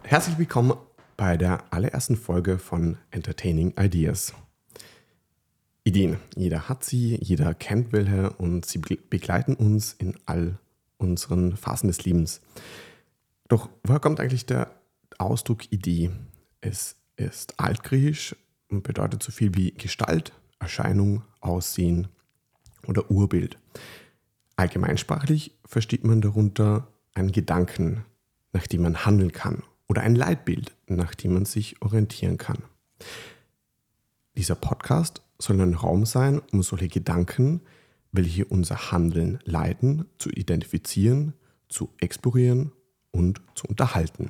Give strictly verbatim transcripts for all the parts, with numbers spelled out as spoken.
Herzlich willkommen bei der allerersten Folge von Entertaining Ideas. Ideen. Jeder hat sie, jeder kennt welche und sie begleiten uns in all unseren Phasen des Lebens. Doch woher kommt eigentlich der Ausdruck Idee? Es ist altgriechisch und bedeutet so viel wie Gestalt, Erscheinung, Aussehen oder Urbild. Allgemeinsprachlich versteht man darunter einen Gedanken, nach dem man handeln kann, oder ein Leitbild, nach dem man sich orientieren kann. Dieser Podcast soll ein Raum sein, um solche Gedanken, welche unser Handeln leiten, zu identifizieren, zu explorieren und zu unterhalten.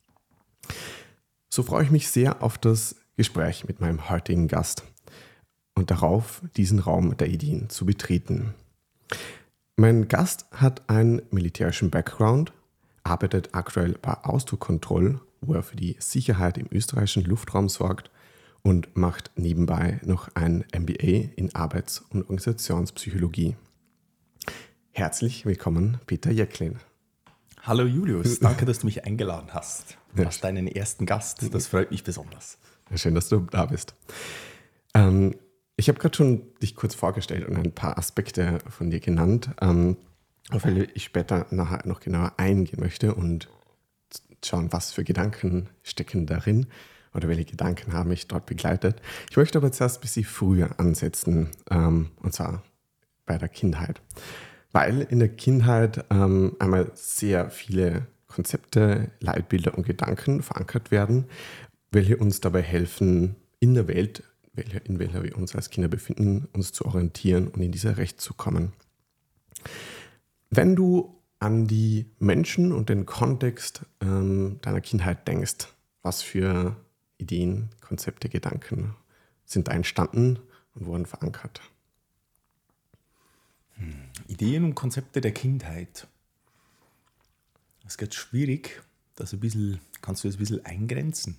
So freue ich mich sehr auf das Gespräch mit meinem heutigen Gast und darauf, diesen Raum der Ideen zu betreten. Mein Gast hat einen militärischen Background, arbeitet aktuell bei Ausdruckkontroll, wo er für die Sicherheit im österreichischen Luftraum sorgt und macht nebenbei noch ein M B A in Arbeits- und Organisationspsychologie. Herzlich willkommen, Peter Jäcklin. Hallo Julius, danke, dass du mich eingeladen hast. Du hast deinen ersten Gast, das freut mich besonders. Schön, dass du da bist. Ähm, ich habe gerade schon dich kurz vorgestellt und ein paar Aspekte von dir genannt, ähm, auf die ich später nachher noch genauer eingehen möchte und schauen, was für Gedanken stecken darin oder welche Gedanken haben mich dort begleitet. Ich möchte aber zuerst ein bisschen früher ansetzen, ähm, und zwar bei der Kindheit. Weil in der Kindheit ähm, einmal sehr viele Konzepte, Leitbilder und Gedanken verankert werden, welche uns dabei helfen, in der Welt, welche, in welcher wir uns als Kinder befinden, uns zu orientieren und in dieser Recht zu kommen. Wenn du an die Menschen und den Kontext ähm, deiner Kindheit denkst, was für Ideen, Konzepte, Gedanken sind da entstanden und wurden verankert? Hm. Ideen und Konzepte der Kindheit. Das geht schwierig. Das ein bisschen, kannst du das ein bisschen eingrenzen?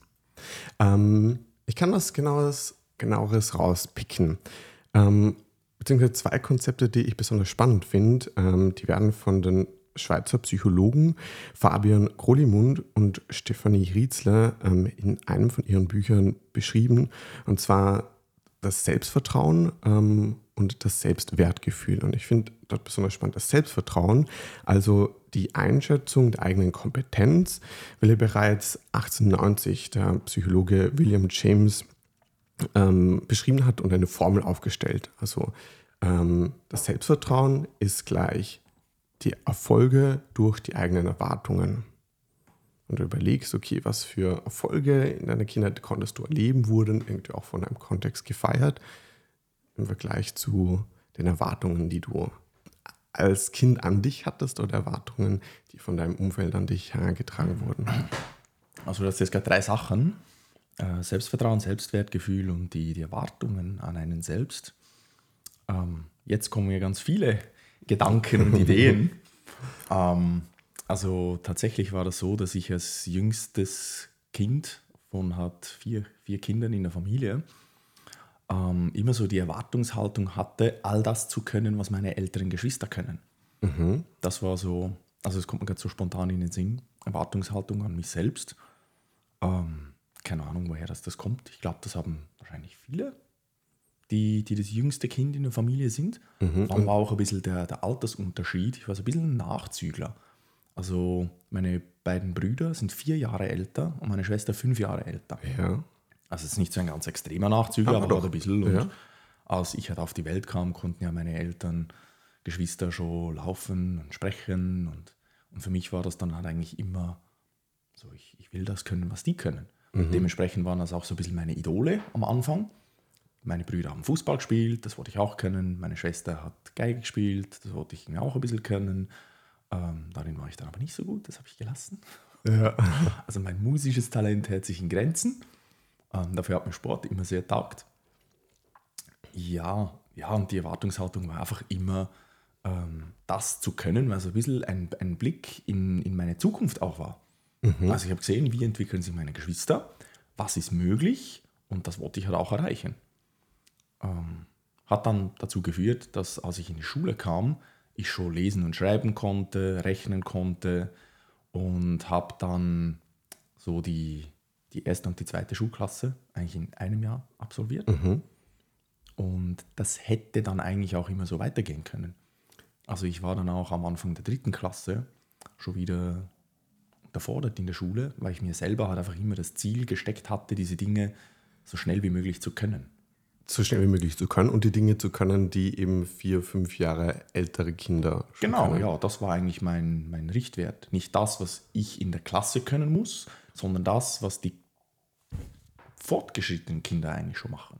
Ähm, ich kann was genaueres, genaueres rauspicken. Ähm, beziehungsweise zwei Konzepte, die ich besonders spannend finde. Ähm, die werden von den Schweizer Psychologen Fabian Grolimund und Stefanie Rietzler ähm, in einem von ihren Büchern beschrieben. Und zwar das Selbstvertrauen ähm, und das Selbstwertgefühl. Und ich finde dort besonders spannend das Selbstvertrauen, also die Einschätzung der eigenen Kompetenz, weil bereits achtzehnhundertneunzig der Psychologe William James ähm, beschrieben hat und eine Formel aufgestellt. Also ähm, das Selbstvertrauen ist gleich die Erfolge durch die eigenen Erwartungen. Und du überlegst, okay, was für Erfolge in deiner Kindheit konntest du erleben, wurden irgendwie auch von einem Kontext gefeiert, im Vergleich zu den Erwartungen, die du als Kind an dich hattest oder Erwartungen, die von deinem Umfeld an dich herangetragen wurden. Also du hast jetzt gerade drei Sachen. Äh, Selbstvertrauen, Selbstwertgefühl und die, die Erwartungen an einen selbst. Ähm, jetzt kommen ja ganz viele Gedanken und Ideen. ähm, also tatsächlich war das so, dass ich als jüngstes Kind von hat vier, vier Kindern in der Familie ähm, immer so die Erwartungshaltung hatte, all das zu können, was meine älteren Geschwister können. Mhm. Das war so, also es kommt mir gerade so spontan in den Sinn, Erwartungshaltung an mich selbst. Ähm, keine Ahnung, woher das, das kommt. Ich glaube, das haben wahrscheinlich viele, die, die das jüngste Kind in der Familie sind. Mhm. Dann war auch ein bisschen der, der Altersunterschied. Ich war so ein bisschen ein Nachzügler. Also meine beiden Brüder sind vier Jahre älter und meine Schwester fünf Jahre älter. Ja. Also es ist nicht so ein ganz extremer Nachzügler, aber, Aber aber doch. ein bisschen. Und Ja. als ich halt auf die Welt kam, konnten ja meine Eltern, Geschwister schon laufen und sprechen. Und, und für mich war das dann halt eigentlich immer so, ich, ich will das können, was die können. Mhm. Dementsprechend waren das auch so ein bisschen meine Idole am Anfang. Meine Brüder haben Fußball gespielt, das wollte ich auch können. Meine Schwester hat Geige gespielt, das wollte ich auch ein bisschen können. Ähm, darin war ich dann aber nicht so gut, das habe ich gelassen. Ja. Also mein musisches Talent hält sich in Grenzen. Ähm, dafür hat mir Sport immer sehr taugt. Ja, ja, und die Erwartungshaltung war einfach immer, ähm, das zu können, weil so ein bisschen ein, ein Blick in, in meine Zukunft auch war. Mhm. Also ich habe gesehen, wie entwickeln sich meine Geschwister, was ist möglich und das wollte ich halt auch erreichen. Ähm, hat dann dazu geführt, dass als ich in die Schule kam, ich schon lesen und schreiben konnte, rechnen konnte und habe dann so die, die erste und die zweite Schulklasse eigentlich in einem Jahr absolviert. Mhm. Und das hätte dann eigentlich auch immer so weitergehen können. Also ich war dann auch am Anfang der dritten Klasse schon wieder unterfordert in der Schule, weil ich mir selber halt einfach immer das Ziel gesteckt hatte, diese Dinge so schnell wie möglich zu können. So schnell wie möglich zu können und die Dinge zu können, die eben vier, fünf Jahre ältere Kinder schon Genau, können. ja, das war eigentlich mein, mein Richtwert. Nicht das, was ich in der Klasse können muss, sondern das, was die fortgeschrittenen Kinder eigentlich schon machen.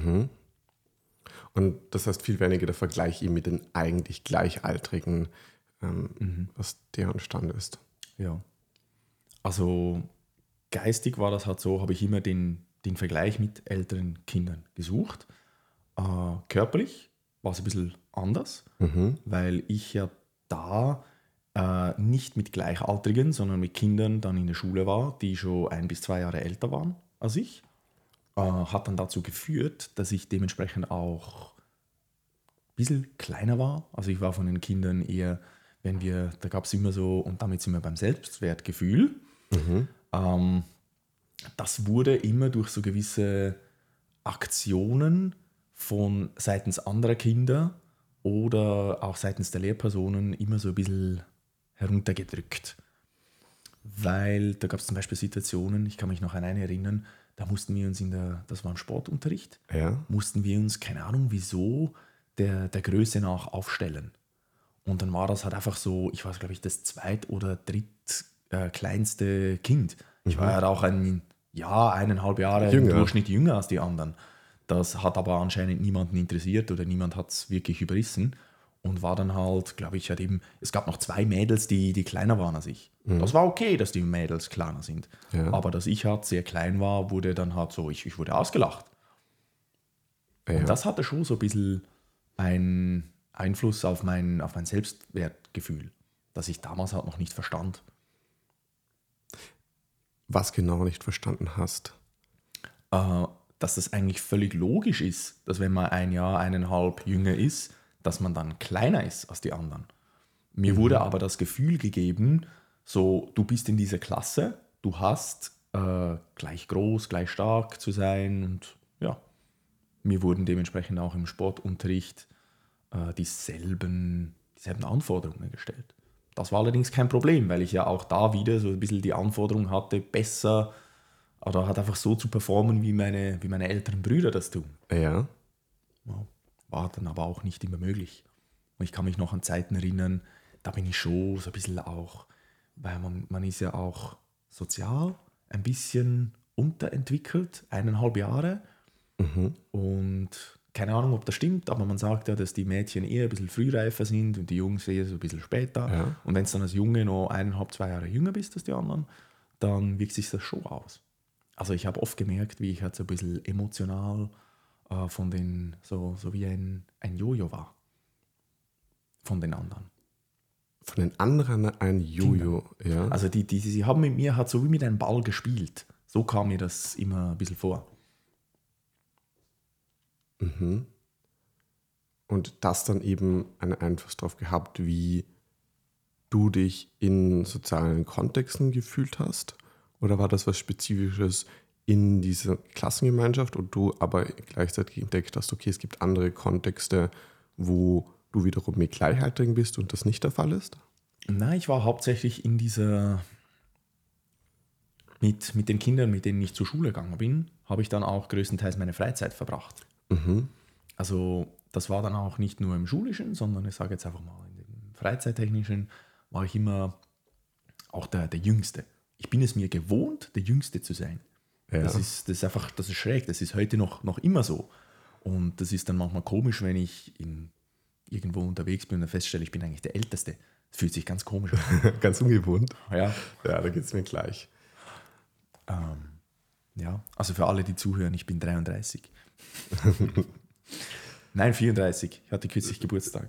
Und das heißt viel weniger der Vergleich eben mit den eigentlich Gleichaltrigen, ähm, was deren Stand ist. Ja. Also geistig war das halt so, habe ich immer den, den Vergleich mit älteren Kindern gesucht. Äh, körperlich war es ein bisschen anders, weil ich ja da äh, nicht mit Gleichaltrigen, sondern mit Kindern dann in der Schule war, die schon ein bis zwei Jahre älter waren als ich. Äh, hat dann dazu geführt, dass ich dementsprechend auch ein bisschen kleiner war. Also ich war von den Kindern eher, wenn wir, da gab es immer so, und damit sind wir beim Selbstwertgefühl, ähm, das wurde immer durch so gewisse Aktionen von seitens anderer Kinder oder auch seitens der Lehrpersonen immer so ein bisschen heruntergedrückt. Weil da gab es zum Beispiel Situationen, ich kann mich noch an eine erinnern, da mussten wir uns in der, das war ein Sportunterricht, Ja. mussten wir uns, keine Ahnung wieso, der, der Größe nach aufstellen. Und dann war das halt einfach so, ich war, glaube ich, das zweit- oder dritt äh, kleinste Kind. Ich war ja auch ein Jahr, eineinhalb Jahre Jünger. im Durchschnitt jünger als die anderen. Das hat aber anscheinend niemanden interessiert oder niemand hat es wirklich überrissen. Und war dann halt, glaube ich, halt eben, es gab noch zwei Mädels, die, die kleiner waren als ich. Das war okay, dass die Mädels kleiner sind. Ja. Aber dass ich halt sehr klein war, wurde dann halt so, ich, ich wurde ausgelacht. Ja. Und das hatte schon so ein bisschen einen Einfluss auf mein, auf mein Selbstwertgefühl, das ich damals halt noch nicht verstand. Was genau nicht verstanden hast. Äh, dass das eigentlich völlig logisch ist, dass wenn man ein Jahr, eineinhalb jünger ist, dass man dann kleiner ist als die anderen. Mir wurde aber das Gefühl gegeben, so du bist in dieser Klasse, du hast äh, gleich groß, gleich stark zu sein und ja, mir wurden dementsprechend auch im Sportunterricht äh, dieselben, dieselben Anforderungen gestellt. Das war allerdings kein Problem, weil ich ja auch da wieder so ein bisschen die Anforderung hatte, besser oder halt einfach so zu performen, wie meine, wie meine älteren Brüder das tun. Ja. Ja, war dann aber auch nicht immer möglich. Und ich kann mich noch an Zeiten erinnern, da bin ich schon so ein bisschen auch, weil man, man ist ja auch sozial ein bisschen unterentwickelt, eineinhalb Jahre. Und keine Ahnung, ob das stimmt, aber man sagt ja, dass die Mädchen eher ein bisschen frühreifer sind und die Jungs eher so ein bisschen später. Ja. Und wenn es dann als Junge noch eineinhalb, zwei Jahre jünger bist als die anderen, dann wirkt sich das schon aus. Also ich habe oft gemerkt, wie ich halt so ein bisschen emotional äh, von den, so, so wie ein, ein Jojo war. Von den anderen. Von den anderen ein Jojo. Ja. Also die, die, sie haben mit mir halt so wie mit einem Ball gespielt. So kam mir das immer ein bisschen vor. Und das dann eben einen Einfluss darauf gehabt, wie du dich in sozialen Kontexten gefühlt hast? Oder war das was Spezifisches in dieser Klassengemeinschaft und du aber gleichzeitig entdeckt hast, okay, es gibt andere Kontexte, wo du wiederum mit Gleichaltrigen bist und das nicht der Fall ist? Na, ich war hauptsächlich in dieser, mit, mit den Kindern, mit denen ich zur Schule gegangen bin, habe ich dann auch größtenteils meine Freizeit verbracht. Also das war dann auch nicht nur im Schulischen, sondern ich sage jetzt einfach mal, in dem Freizeittechnischen war ich immer auch der, der Jüngste. Ich bin es mir gewohnt, der Jüngste zu sein. Ja. Das ist, das ist einfach, das ist schräg, das ist heute noch, noch immer so. Und das ist dann manchmal komisch, wenn ich in, irgendwo unterwegs bin und dann feststelle, ich bin eigentlich der Älteste. Das fühlt sich ganz komisch an. Ganz ungewohnt. Ja. Ja, da geht es mir gleich. Ähm, ja, also für alle, die zuhören, ich bin dreiunddreißig. Nein, vierunddreißig. Ich hatte kürzlich Geburtstag.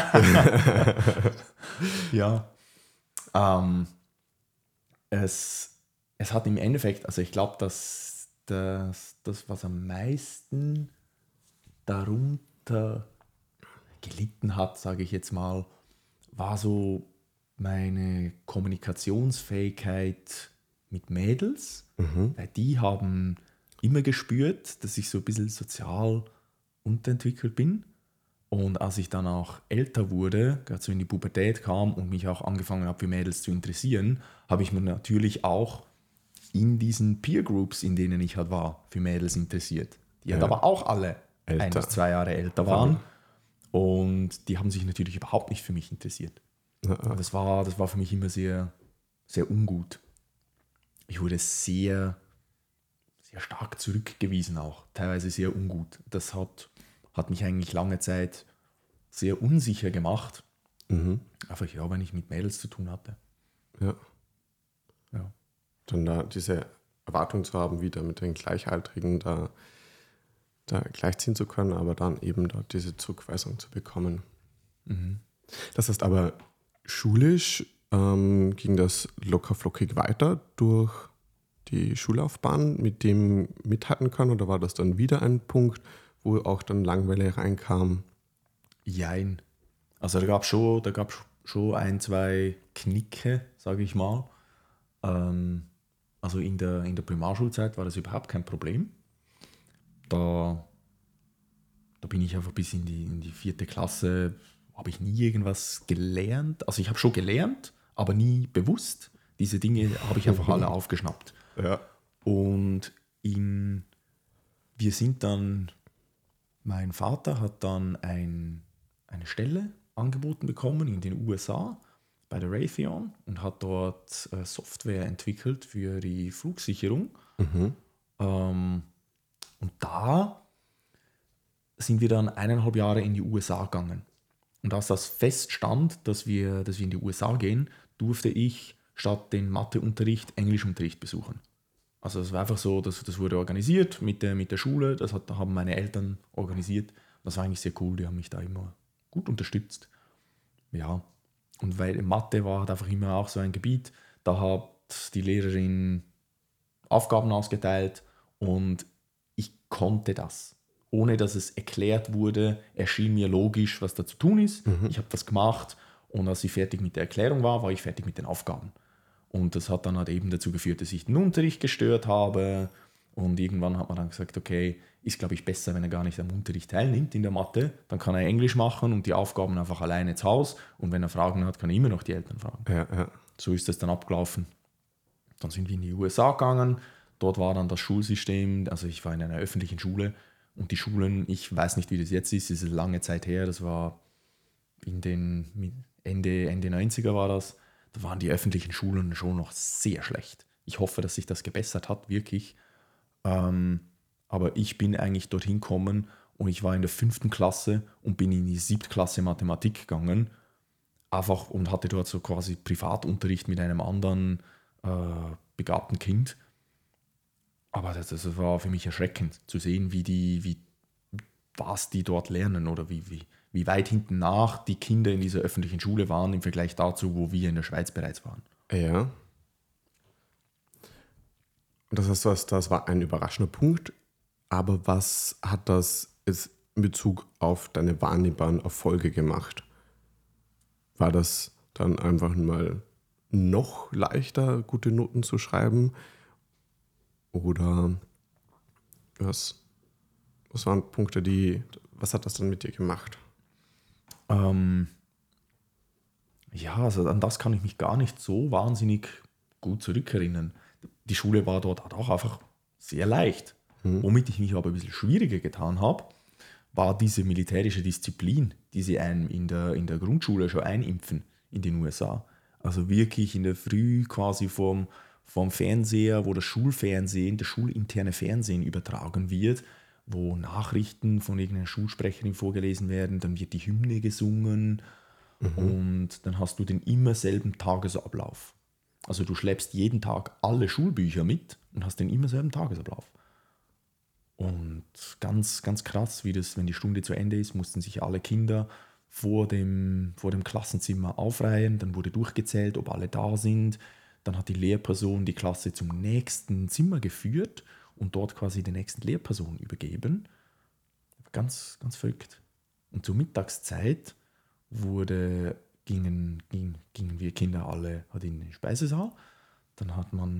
Ja. Ähm, es, es hat im Endeffekt, also ich glaube, dass das, das, was am meisten darunter gelitten hat, sage ich jetzt mal, war so meine Kommunikationsfähigkeit mit Mädels, Mhm. weil die haben immer gespürt, dass ich so ein bisschen sozial unterentwickelt bin. Und als ich dann auch älter wurde, gerade so in die Pubertät kam und mich auch angefangen habe, für Mädels zu interessieren, habe ich mir natürlich auch in diesen Peer Groups, in denen ich halt war, für Mädels interessiert. Die halt Ja. aber auch alle Älter. ein bis zwei Jahre älter waren. Und die haben sich natürlich überhaupt nicht für mich interessiert. Ja, Und das war, das war für mich immer sehr, sehr ungut. Ich wurde sehr, sehr stark zurückgewiesen auch, teilweise sehr ungut. Das hat, hat mich eigentlich lange Zeit sehr unsicher gemacht. Mhm. Einfach ja, wenn ich mit Mädels zu tun hatte. Ja. Ja. Dann da diese Erwartung zu haben, wieder mit den Gleichaltrigen da, da gleichziehen zu können, aber dann eben dort diese Zurückweisung zu bekommen. Mhm. Das heißt aber, schulisch ähm, ging das locker flockig weiter durch die Schullaufbahn mit dem mithalten können, oder war das dann wieder ein Punkt, wo auch dann Langeweile reinkam? Jein. Also da gab es schon, da gab's schon ein, zwei Knicke, sage ich mal. Ähm, also in der, in der Primarschulzeit war das überhaupt kein Problem. Da, da bin ich einfach bis in die, in die vierte Klasse, habe ich nie irgendwas gelernt. Also ich habe schon gelernt, aber nie bewusst. Diese Dinge habe ich einfach alle aufgeschnappt. Ja. Und in, wir sind dann, mein Vater hat dann ein, eine Stelle angeboten bekommen in den U S A bei der Raytheon und hat dort äh, Software entwickelt für die Flugsicherung. Mhm. Ähm, und da sind wir dann eineinhalb Jahre in die U S A gegangen. Und als das feststand, dass wir, dass wir in die U S A gehen, durfte ich statt den Matheunterricht Englischunterricht besuchen. Also es war einfach so, dass das wurde organisiert mit der, mit der Schule, das hat, haben meine Eltern organisiert. Das war eigentlich sehr cool, die haben mich da immer gut unterstützt. Ja, und weil Mathe war halt einfach immer auch so ein Gebiet, da hat die Lehrerin Aufgaben ausgeteilt und ich konnte das. Ohne dass es erklärt wurde, erschien mir logisch, was da zu tun ist. Mhm. Ich habe das gemacht und als ich fertig mit der Erklärung war, war ich fertig mit den Aufgaben. Und das hat dann halt eben dazu geführt, dass ich den Unterricht gestört habe. Und irgendwann hat man dann gesagt, okay, ist glaube ich besser, wenn er gar nicht am Unterricht teilnimmt in der Mathe. Dann kann er Englisch machen und die Aufgaben einfach alleine ins Haus. Und wenn er Fragen hat, kann er immer noch die Eltern fragen. Ja, ja. So ist das dann abgelaufen. Dann sind wir in die U S A gegangen. Dort war dann das Schulsystem, also ich war in einer öffentlichen Schule. Und die Schulen, ich weiß nicht, wie das jetzt ist, es ist lange Zeit her, das war in den Ende, Ende neunziger war das. Da waren die öffentlichen Schulen schon noch sehr schlecht. Ich hoffe, dass sich das gebessert hat, wirklich. Ähm, aber ich bin eigentlich dorthin gekommen und ich war in der fünften Klasse und bin in die siebte Klasse Mathematik gegangen. Einfach und hatte dort so quasi Privatunterricht mit einem anderen äh, begabten Kind. Aber das, das war für mich erschreckend zu sehen, wie die, wie, was die dort lernen oder wie, wie, wie weit hinten nach die Kinder in dieser öffentlichen Schule waren im Vergleich dazu, wo wir in der Schweiz bereits waren. Ja. Und das heißt, was, das war ein überraschender Punkt, aber was hat das jetzt in Bezug auf deine wahrnehmbaren Erfolge gemacht? War das dann einfach mal noch leichter, gute Noten zu schreiben? Oder was, was waren Punkte, die, was hat das dann mit dir gemacht? Ähm, ja, also an das kann ich mich gar nicht so wahnsinnig gut zurückerinnern. Die Schule war dort auch einfach sehr leicht. Hm. Womit ich mich aber ein bisschen schwieriger getan habe, war diese militärische Disziplin, die sie einem in der, in der Grundschule schon einimpfen in den U S A. Also wirklich in der Früh quasi vom, vom Fernseher, wo das Schulfernsehen, das schulinterne Fernsehen übertragen wird, wo Nachrichten von irgendeiner Schulsprecherin vorgelesen werden, dann wird die Hymne gesungen und dann hast du den immer selben Tagesablauf. Also du schleppst jeden Tag alle Schulbücher mit und hast den immer selben Tagesablauf. Und ganz, ganz krass, wie das, wenn die Stunde zu Ende ist, mussten sich alle Kinder vor dem, vor dem Klassenzimmer aufreihen. Dann wurde durchgezählt, ob alle da sind. Dann hat die Lehrperson die Klasse zum nächsten Zimmer geführt und dort quasi der nächsten Lehrperson übergeben. Ganz, ganz verrückt. Und zur Mittagszeit wurde, gingen, gingen, gingen wir Kinder alle halt in den Speisesaal. Dann hat man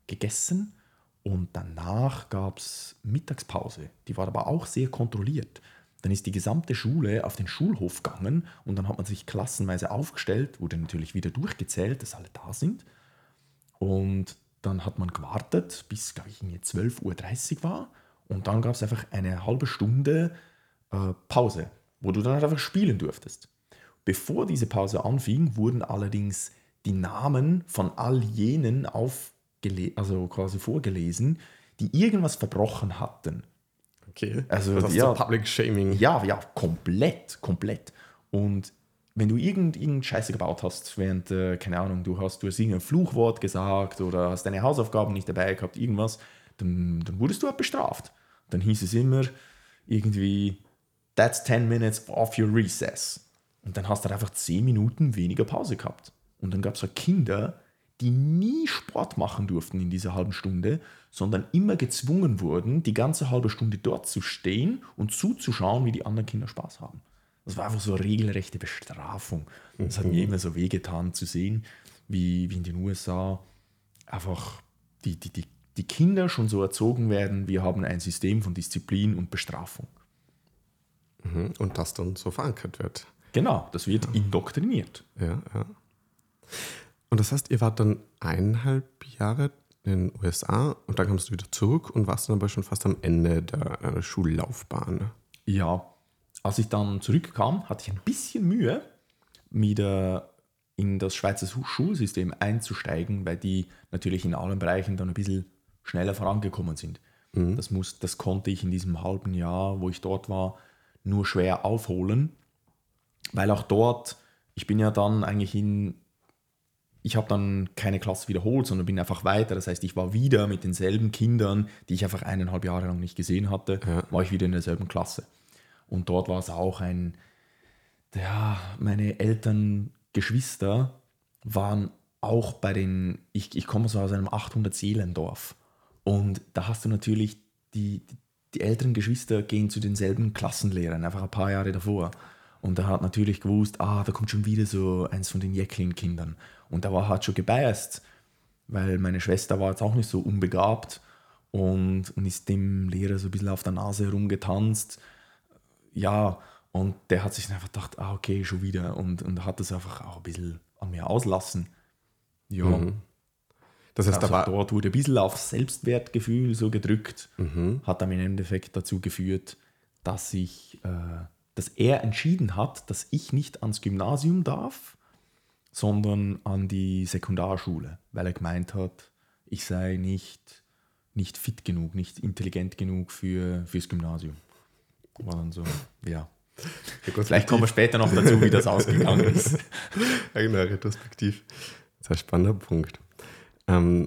gegessen und danach gab es Mittagspause. Die war aber auch sehr kontrolliert. Dann ist die gesamte Schule auf den Schulhof gegangen und dann hat man sich klassenweise aufgestellt, wurde natürlich wieder durchgezählt, dass alle da sind. Und dann hat man gewartet, bis, glaube ich, zwölf Uhr dreißig war. Und dann gab es einfach eine halbe Stunde äh, Pause, wo du dann halt einfach spielen durftest. Bevor diese Pause anfing, wurden allerdings die Namen von all jenen aufgele- also quasi vorgelesen, die irgendwas verbrochen hatten. Okay, Also, das ist ja, so Public Shaming. Ja, ja, komplett, komplett. Und wenn du irgend, irgendeine Scheiße gebaut hast, während, äh, keine Ahnung, du hast, du hast irgendein Fluchwort gesagt oder hast deine Hausaufgaben nicht dabei gehabt, irgendwas, dann, dann wurdest du halt bestraft. Dann hieß es immer irgendwie, that's ten minutes off your recess. Und dann hast du halt einfach zehn Minuten weniger Pause gehabt. Und dann gab es halt Kinder, die nie Sport machen durften in dieser halben Stunde, sondern immer gezwungen wurden, die ganze halbe Stunde dort zu stehen und zuzuschauen, wie die anderen Kinder Spaß haben. Das war einfach so eine regelrechte Bestrafung. Das hat mir immer so wehgetan zu sehen, wie, wie in den U S A einfach die, die, die, die Kinder schon so erzogen werden, wir haben ein System von Disziplin und Bestrafung. Mhm. Und das dann so verankert wird. Genau, das wird ja. indoktriniert. Ja, ja. Und das heißt, ihr wart dann eineinhalb Jahre in den U S A und dann kamst du wieder zurück und warst dann aber schon fast am Ende der äh, Schullaufbahn. Ja, als ich dann zurückkam, hatte ich ein bisschen Mühe, wieder in das Schweizer Schulsystem einzusteigen, weil die natürlich in allen Bereichen dann ein bisschen schneller vorangekommen sind. Mhm. Das, muss, das konnte ich in diesem halben Jahr, wo ich dort war, nur schwer aufholen, weil auch dort, ich bin ja dann eigentlich in, ich habe dann keine Klasse wiederholt, sondern bin einfach weiter. Das heißt, ich war wieder mit denselben Kindern, die ich einfach eineinhalb Jahre lang nicht gesehen hatte, ja. war ich wieder in derselben Klasse. Und dort war es auch ein, ja, meine Eltern, Geschwister waren auch bei den, ich, ich komme so aus einem achthundert-Seelendorf. Und da hast du natürlich, die, die, die älteren Geschwister gehen zu denselben Klassenlehrern, einfach ein paar Jahre davor. Und da hat natürlich gewusst, ah, da kommt schon wieder so eins von den Jäcklin-Kindern. Und da war halt schon gebiased, weil meine Schwester war jetzt auch nicht so unbegabt und, und ist dem Lehrer so ein bisschen auf der Nase herumgetanzt. Ja, und der hat sich dann einfach gedacht, ah, okay, schon wieder. Und, und hat das einfach auch ein bisschen an mir auslassen. Ja. Mhm. Das heißt, also da war dort wurde ein bisschen auf Selbstwertgefühl so gedrückt, mhm. hat dann im Endeffekt dazu geführt, dass ich, äh, dass er entschieden hat, dass ich nicht ans Gymnasium darf, sondern an die Sekundarschule, weil er gemeint hat, ich sei nicht, nicht fit genug, nicht intelligent genug für, fürs Gymnasium. War dann so, ja. Vielleicht kommen wir später noch dazu, wie das ausgegangen ist. Ja, genau, retrospektiv. Das ist ein spannender Punkt. Ähm,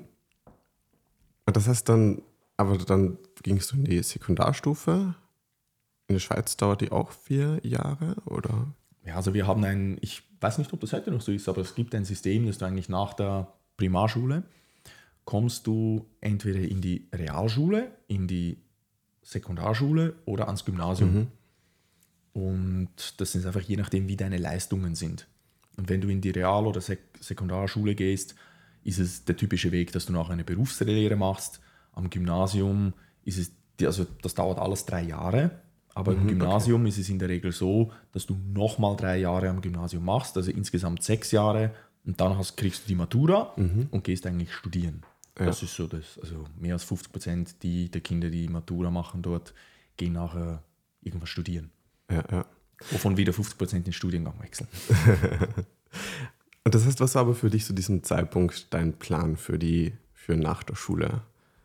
das heißt dann, aber dann gingst du in die Sekundarstufe. In der Schweiz dauert die auch vier Jahre, oder? Ja, also wir haben ein, ich weiß nicht, ob das heute noch so ist, aber es gibt ein System, dass du eigentlich nach der Primarschule kommst du entweder in die Realschule, in die Sekundarschule oder ans Gymnasium. Mhm. Und das ist einfach je nachdem, wie deine Leistungen sind. Und wenn du in die Real- oder Sek- Sekundarschule gehst, ist es der typische Weg, dass du nachher eine Berufslehre machst. Am Gymnasium ist es, also das dauert alles drei Jahre, aber mhm, im Gymnasium okay. ist es in der Regel so, dass du nochmal drei Jahre am Gymnasium machst, also insgesamt sechs Jahre und dann hast, kriegst du die Matura mhm. und gehst eigentlich studieren. Ja. Das ist so, das, also mehr als fünfzig Prozent die, der Kinder, die Matura machen dort, gehen nachher irgendwas studieren. Ja, ja. Wovon wieder fünfzig Prozent den Studiengang wechseln. Und das heißt, was war aber für dich zu diesem Zeitpunkt dein Plan für die für nach der Schule?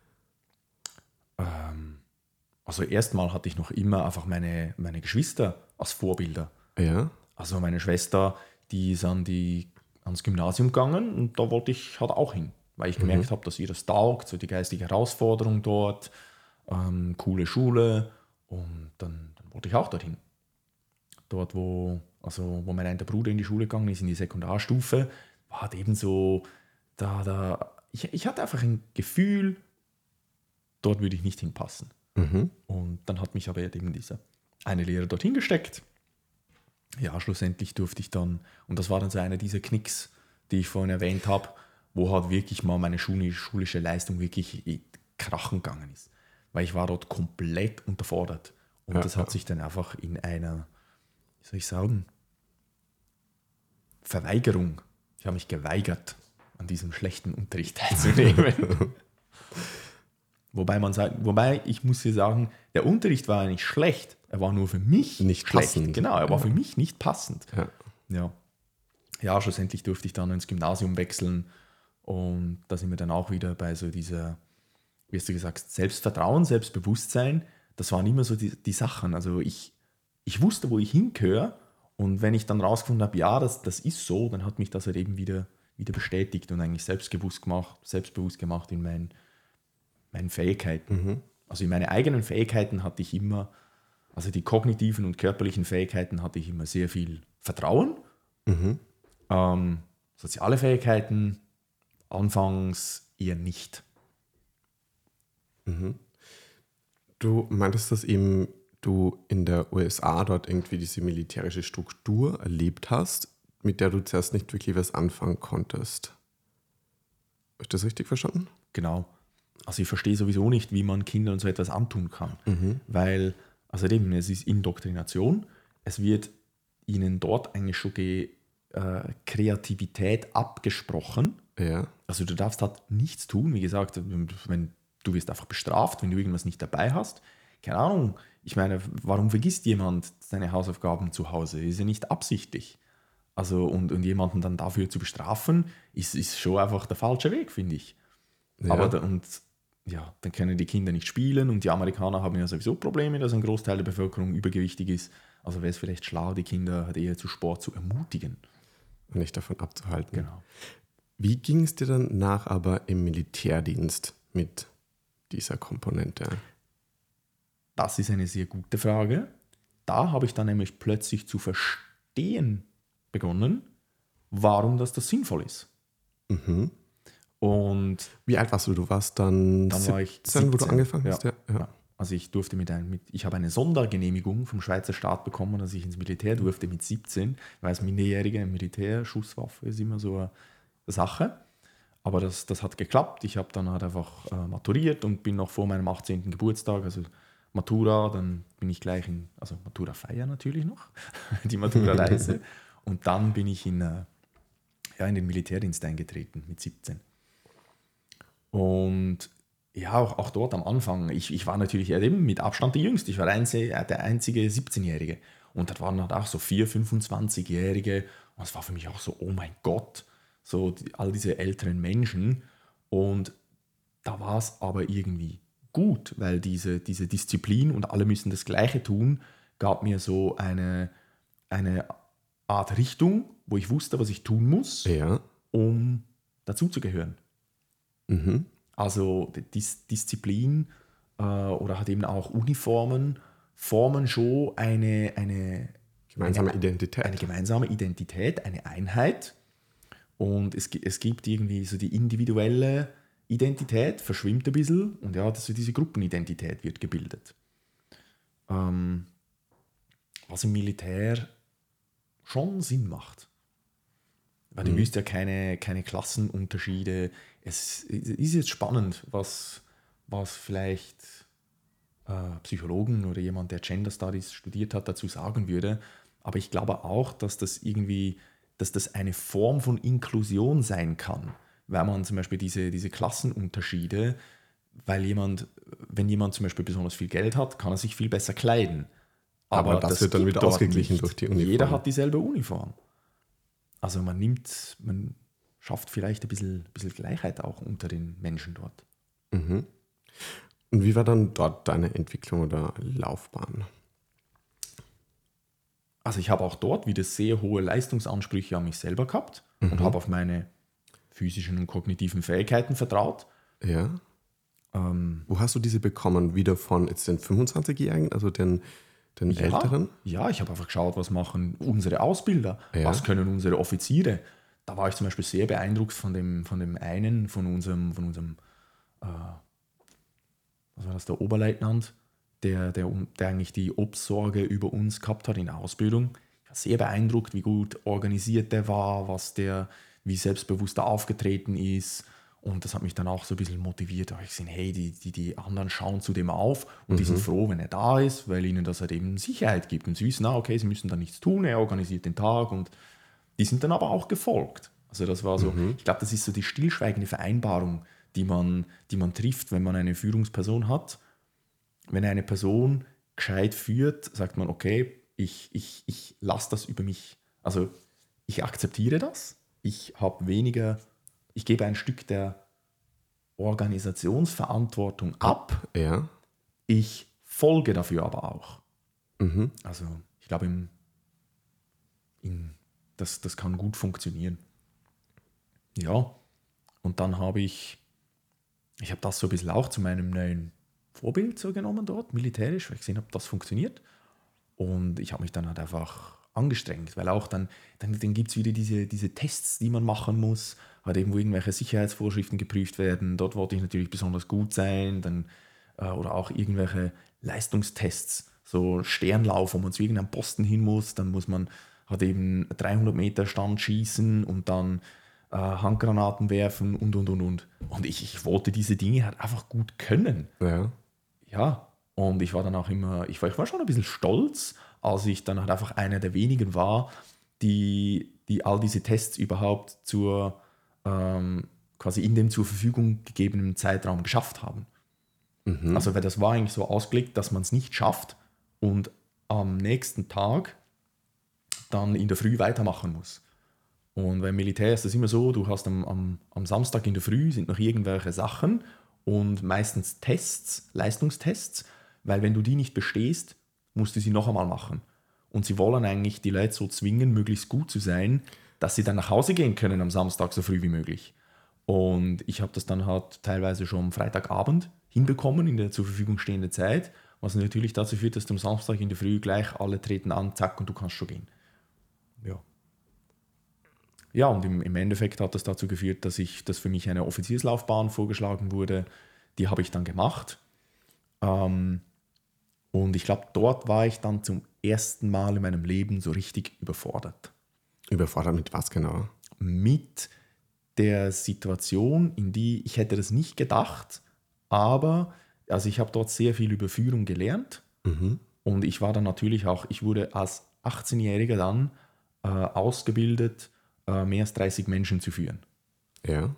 Ähm, also erstmal hatte ich noch immer einfach meine, meine Geschwister als Vorbilder. Ja. Also meine Schwester, die ist an die, ans Gymnasium gegangen und da wollte ich halt auch hin, weil ich gemerkt mhm. habe, dass ihr das taugt, so die geistige Herausforderung dort, ähm, coole Schule und dann, dann wollte ich auch dorthin. Dort, wo, also, wo mein einer Bruder in die Schule gegangen ist, in die Sekundarstufe, war halt eben so, da, da, ich, ich hatte einfach ein Gefühl, dort würde ich nicht hinpassen. Mhm. Und dann hat mich aber eben dieser eine Lehrer dorthin gesteckt. Ja, schlussendlich durfte ich dann, und das war dann so einer dieser Knicks, die ich vorhin erwähnt habe, wo halt wirklich mal meine schulische Leistung wirklich krachen gegangen ist. Weil ich war dort komplett unterfordert. Und ja, das hat ja. sich dann einfach in einer, wie soll ich sagen, Verweigerung. Ich habe mich geweigert, an diesem schlechten Unterricht teilzunehmen. wobei man sagt, wobei ich muss hier sagen, der Unterricht war ja nicht schlecht. Er war nur für mich nicht schlecht. Passend. Genau, er war ja. für mich nicht passend. Ja. Ja. Ja, schlussendlich durfte ich dann ins Gymnasium wechseln. Und da sind wir dann auch wieder bei so dieser, wie hast du gesagt, Selbstvertrauen, Selbstbewusstsein. Das waren immer so die, die Sachen. Also ich, ich wusste, wo ich hingehöre. Und wenn ich dann rausgefunden habe, ja, das, das ist so, dann hat mich das halt eben wieder, wieder bestätigt und eigentlich selbstbewusst gemacht, selbstbewusst gemacht in mein, meinen Fähigkeiten. Mhm. Also in meine eigenen Fähigkeiten hatte ich immer, also die kognitiven und körperlichen Fähigkeiten hatte ich immer sehr viel Vertrauen. Mhm. Ähm, soziale Fähigkeiten anfangs eher nicht. Mhm. Du meintest, dass eben du in der U S A dort irgendwie diese militärische Struktur erlebt hast, mit der du zuerst nicht wirklich was anfangen konntest. Habe ich das richtig verstanden? Genau. Also ich verstehe sowieso nicht, wie man Kindern so etwas antun kann. Mhm. Weil, also eben, es ist Indoktrination. Es wird ihnen dort eigentlich schon ge, äh, Kreativität abgesprochen. Ja. Also du darfst halt nichts tun. Wie gesagt, wenn du wirst einfach bestraft, wenn du irgendwas nicht dabei hast. Keine Ahnung. Ich meine, warum vergisst jemand seine Hausaufgaben zu Hause? Ist ja nicht absichtlich. Also und, und jemanden dann dafür zu bestrafen, ist, ist schon einfach der falsche Weg, finde ich. Ja. Aber da, und ja, dann können die Kinder nicht spielen und die Amerikaner haben ja sowieso Probleme, dass ein Großteil der Bevölkerung übergewichtig ist. Also wäre es vielleicht schlau, die Kinder halt eher zu Sport zu ermutigen. Und nicht davon abzuhalten. Genau. Wie ging es dir dann nach aber im Militärdienst mit dieser Komponente? Das ist eine sehr gute Frage. Da habe ich dann nämlich plötzlich zu verstehen begonnen, warum das, das sinnvoll ist. Mhm. Und wie alt warst du? Du warst dann, dann siebzehn, war ich siebzehn, wo du angefangen hast? Ja. Ja. Ja. Also ich durfte mit einem, mit, ich habe eine Sondergenehmigung vom Schweizer Staat bekommen, dass ich ins Militär durfte mit siebzehn, weil als Minderjähriger im Militär, Schusswaffe ist immer so eine Sache. Aber das, das hat geklappt. Ich habe dann halt einfach äh, maturiert und bin noch vor meinem achtzehnten Geburtstag, also Matura, dann bin ich gleich in, also Matura-Feier natürlich noch, die Matura-Reise. Und dann bin ich in, äh, ja, in den Militärdienst eingetreten mit siebzehn. Und ja, auch, auch dort am Anfang, ich, ich war natürlich eben mit Abstand der Jüngste, ich war der einzige, der einzige siebzehnjährige. Und da waren halt auch so vier-, fünfundzwanzigjährige. Und es war für mich auch so, oh mein Gott, so die, all diese älteren Menschen. Und da war es aber irgendwie gut, weil diese, diese Disziplin und alle müssen das Gleiche tun, gab mir so eine, eine Art Richtung, wo ich wusste, was ich tun muss, ja. um dazuzugehören. Mhm. Also Dis- Disziplin äh, oder halt eben auch Uniformen formen schon eine, eine gemeinsame eine, Identität. Eine gemeinsame Identität, eine Einheit. Und es, es gibt irgendwie so die individuelle Identität, verschwimmt ein bisschen. Und ja, das, diese Gruppenidentität wird gebildet. Ähm, was im Militär schon Sinn macht. Weil du Mhm. wirst ja keine, keine Klassenunterschiede. Es ist jetzt spannend, was, was vielleicht äh, Psychologen oder jemand, der Gender Studies studiert hat, dazu sagen würde. Aber ich glaube auch, dass das irgendwie, dass das eine Form von Inklusion sein kann, weil man zum Beispiel diese, diese Klassenunterschiede, weil jemand, wenn jemand zum Beispiel besonders viel Geld hat, kann er sich viel besser kleiden. Aber, Aber das, das wird dann wieder ausgeglichen nicht. durch die Uniform. Jeder hat dieselbe Uniform. Also man nimmt, man schafft vielleicht ein bisschen, ein bisschen Gleichheit auch unter den Menschen dort. Mhm. Und wie war dann dort deine Entwicklung oder Laufbahn? Also ich habe auch dort wieder sehr hohe Leistungsansprüche an mich selber gehabt mhm. und habe auf meine physischen und kognitiven Fähigkeiten vertraut. Ja. Ähm, Wo hast du diese bekommen? Wieder von jetzt den fünfundzwanzigjährigen, also den, den ja, Älteren? Ja, ich habe einfach geschaut, was machen unsere Ausbilder, ja. was können unsere Offiziere. Da war ich zum Beispiel sehr beeindruckt von dem, von dem einen, von unserem, von unserem äh, was war das, der Oberleutnant, der, der, der eigentlich die Obsorge über uns gehabt hat in der Ausbildung. Ich war sehr beeindruckt, wie gut organisiert der war, was der, wie selbstbewusst er aufgetreten ist. Und das hat mich dann auch so ein bisschen motiviert. Da habe ich gesehen, hey, die, die, die anderen schauen zu dem auf und mhm. die sind froh, wenn er da ist, weil ihnen das halt eben Sicherheit gibt. Und sie wissen, na, okay, sie müssen da nichts tun, er organisiert den Tag und die sind dann aber auch gefolgt. Also das war so, mhm. ich glaube, das ist so die stillschweigende Vereinbarung, die man, die man trifft, wenn man eine Führungsperson hat. Wenn eine Person gescheit führt, sagt man, okay, ich, ich, ich lasse das über mich, also ich akzeptiere das, ich habe weniger, ich gebe ein Stück der Organisationsverantwortung ab, ja. Ich folge dafür aber auch. Mhm. Also ich glaube, im, im, das, das kann gut funktionieren. Ja, und dann habe ich, ich habe das so ein bisschen auch zu meinem neuen Vorbild so genommen dort, militärisch, weil ich gesehen habe, das funktioniert. Und ich habe mich dann halt einfach angestrengt, weil auch dann, dann, dann gibt es wieder diese, diese Tests, die man machen muss, halt eben, wo irgendwelche Sicherheitsvorschriften geprüft werden. Dort wollte ich natürlich besonders gut sein, dann, äh, oder auch irgendwelche Leistungstests, so Sternlauf, wo man zu irgendeinem Posten hin muss, dann muss man halt eben dreihundert Meter Stand schießen und dann äh, Handgranaten werfen und, und, und, und. Und ich, ich wollte diese Dinge halt einfach gut können. Ja. Ja, und ich war dann auch immer, ich war, ich war schon ein bisschen stolz, als ich dann halt einfach einer der wenigen war, die, die all diese Tests überhaupt zur, ähm, quasi in dem zur Verfügung gegebenen Zeitraum geschafft haben. Mhm. Also weil das war eigentlich so ausgelegt, dass man es nicht schafft und am nächsten Tag dann in der Früh weitermachen muss. Und beim Militär ist das immer so, du hast am, am, am Samstag in der Früh sind noch irgendwelche Sachen und meistens Tests, Leistungstests, weil wenn du die nicht bestehst, musst du sie noch einmal machen. Und sie wollen eigentlich die Leute so zwingen, möglichst gut zu sein, dass sie dann nach Hause gehen können am Samstag so früh wie möglich. Und ich habe das dann halt teilweise schon am Freitagabend hinbekommen in der zur Verfügung stehenden Zeit, was natürlich dazu führt, dass du am Samstag in der Früh gleich alle treten an, zack, und du kannst schon gehen. Ja. Ja, und im, im Endeffekt hat das dazu geführt, dass, ich, dass für mich eine Offizierslaufbahn vorgeschlagen wurde. Die habe ich dann gemacht. Ähm, und ich glaube, dort war ich dann zum ersten Mal in meinem Leben so richtig überfordert. Überfordert mit was genau? Mit der Situation, in die ich hätte das nicht gedacht, aber also ich habe dort sehr viel über Führung gelernt. Mhm. Und ich war dann natürlich auch, ich wurde als achtzehnjähriger dann äh, ausgebildet, äh, mehr als dreißig Menschen zu führen. Ja.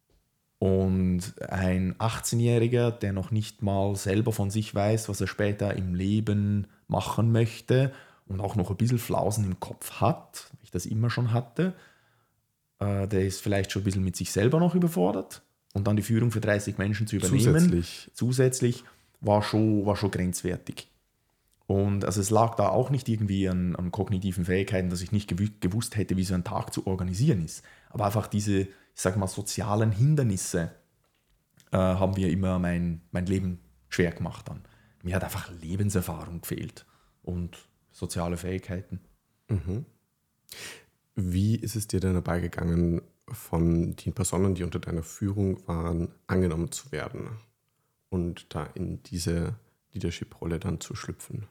Und ein achtzehnjähriger, der noch nicht mal selber von sich weiß, was er später im Leben machen möchte und auch noch ein bisschen Flausen im Kopf hat, wie ich das immer schon hatte, äh, der ist vielleicht schon ein bisschen mit sich selber noch überfordert. Und dann die Führung für dreißig Menschen zu übernehmen, Zusätzlich, zusätzlich war, schon, war schon grenzwertig. Und also es lag da auch nicht irgendwie an, an kognitiven Fähigkeiten, dass ich nicht gewusst hätte, wie so ein Tag zu organisieren ist. Aber einfach diese, ich sag mal, sozialen Hindernisse äh, haben mir immer mein, mein Leben schwer gemacht dann. Mir hat einfach Lebenserfahrung gefehlt und soziale Fähigkeiten. Mhm. Wie ist es dir denn dabei gegangen, von den Personen, die unter deiner Führung waren, angenommen zu werden und da in diese Leadership-Rolle dann zu schlüpfen?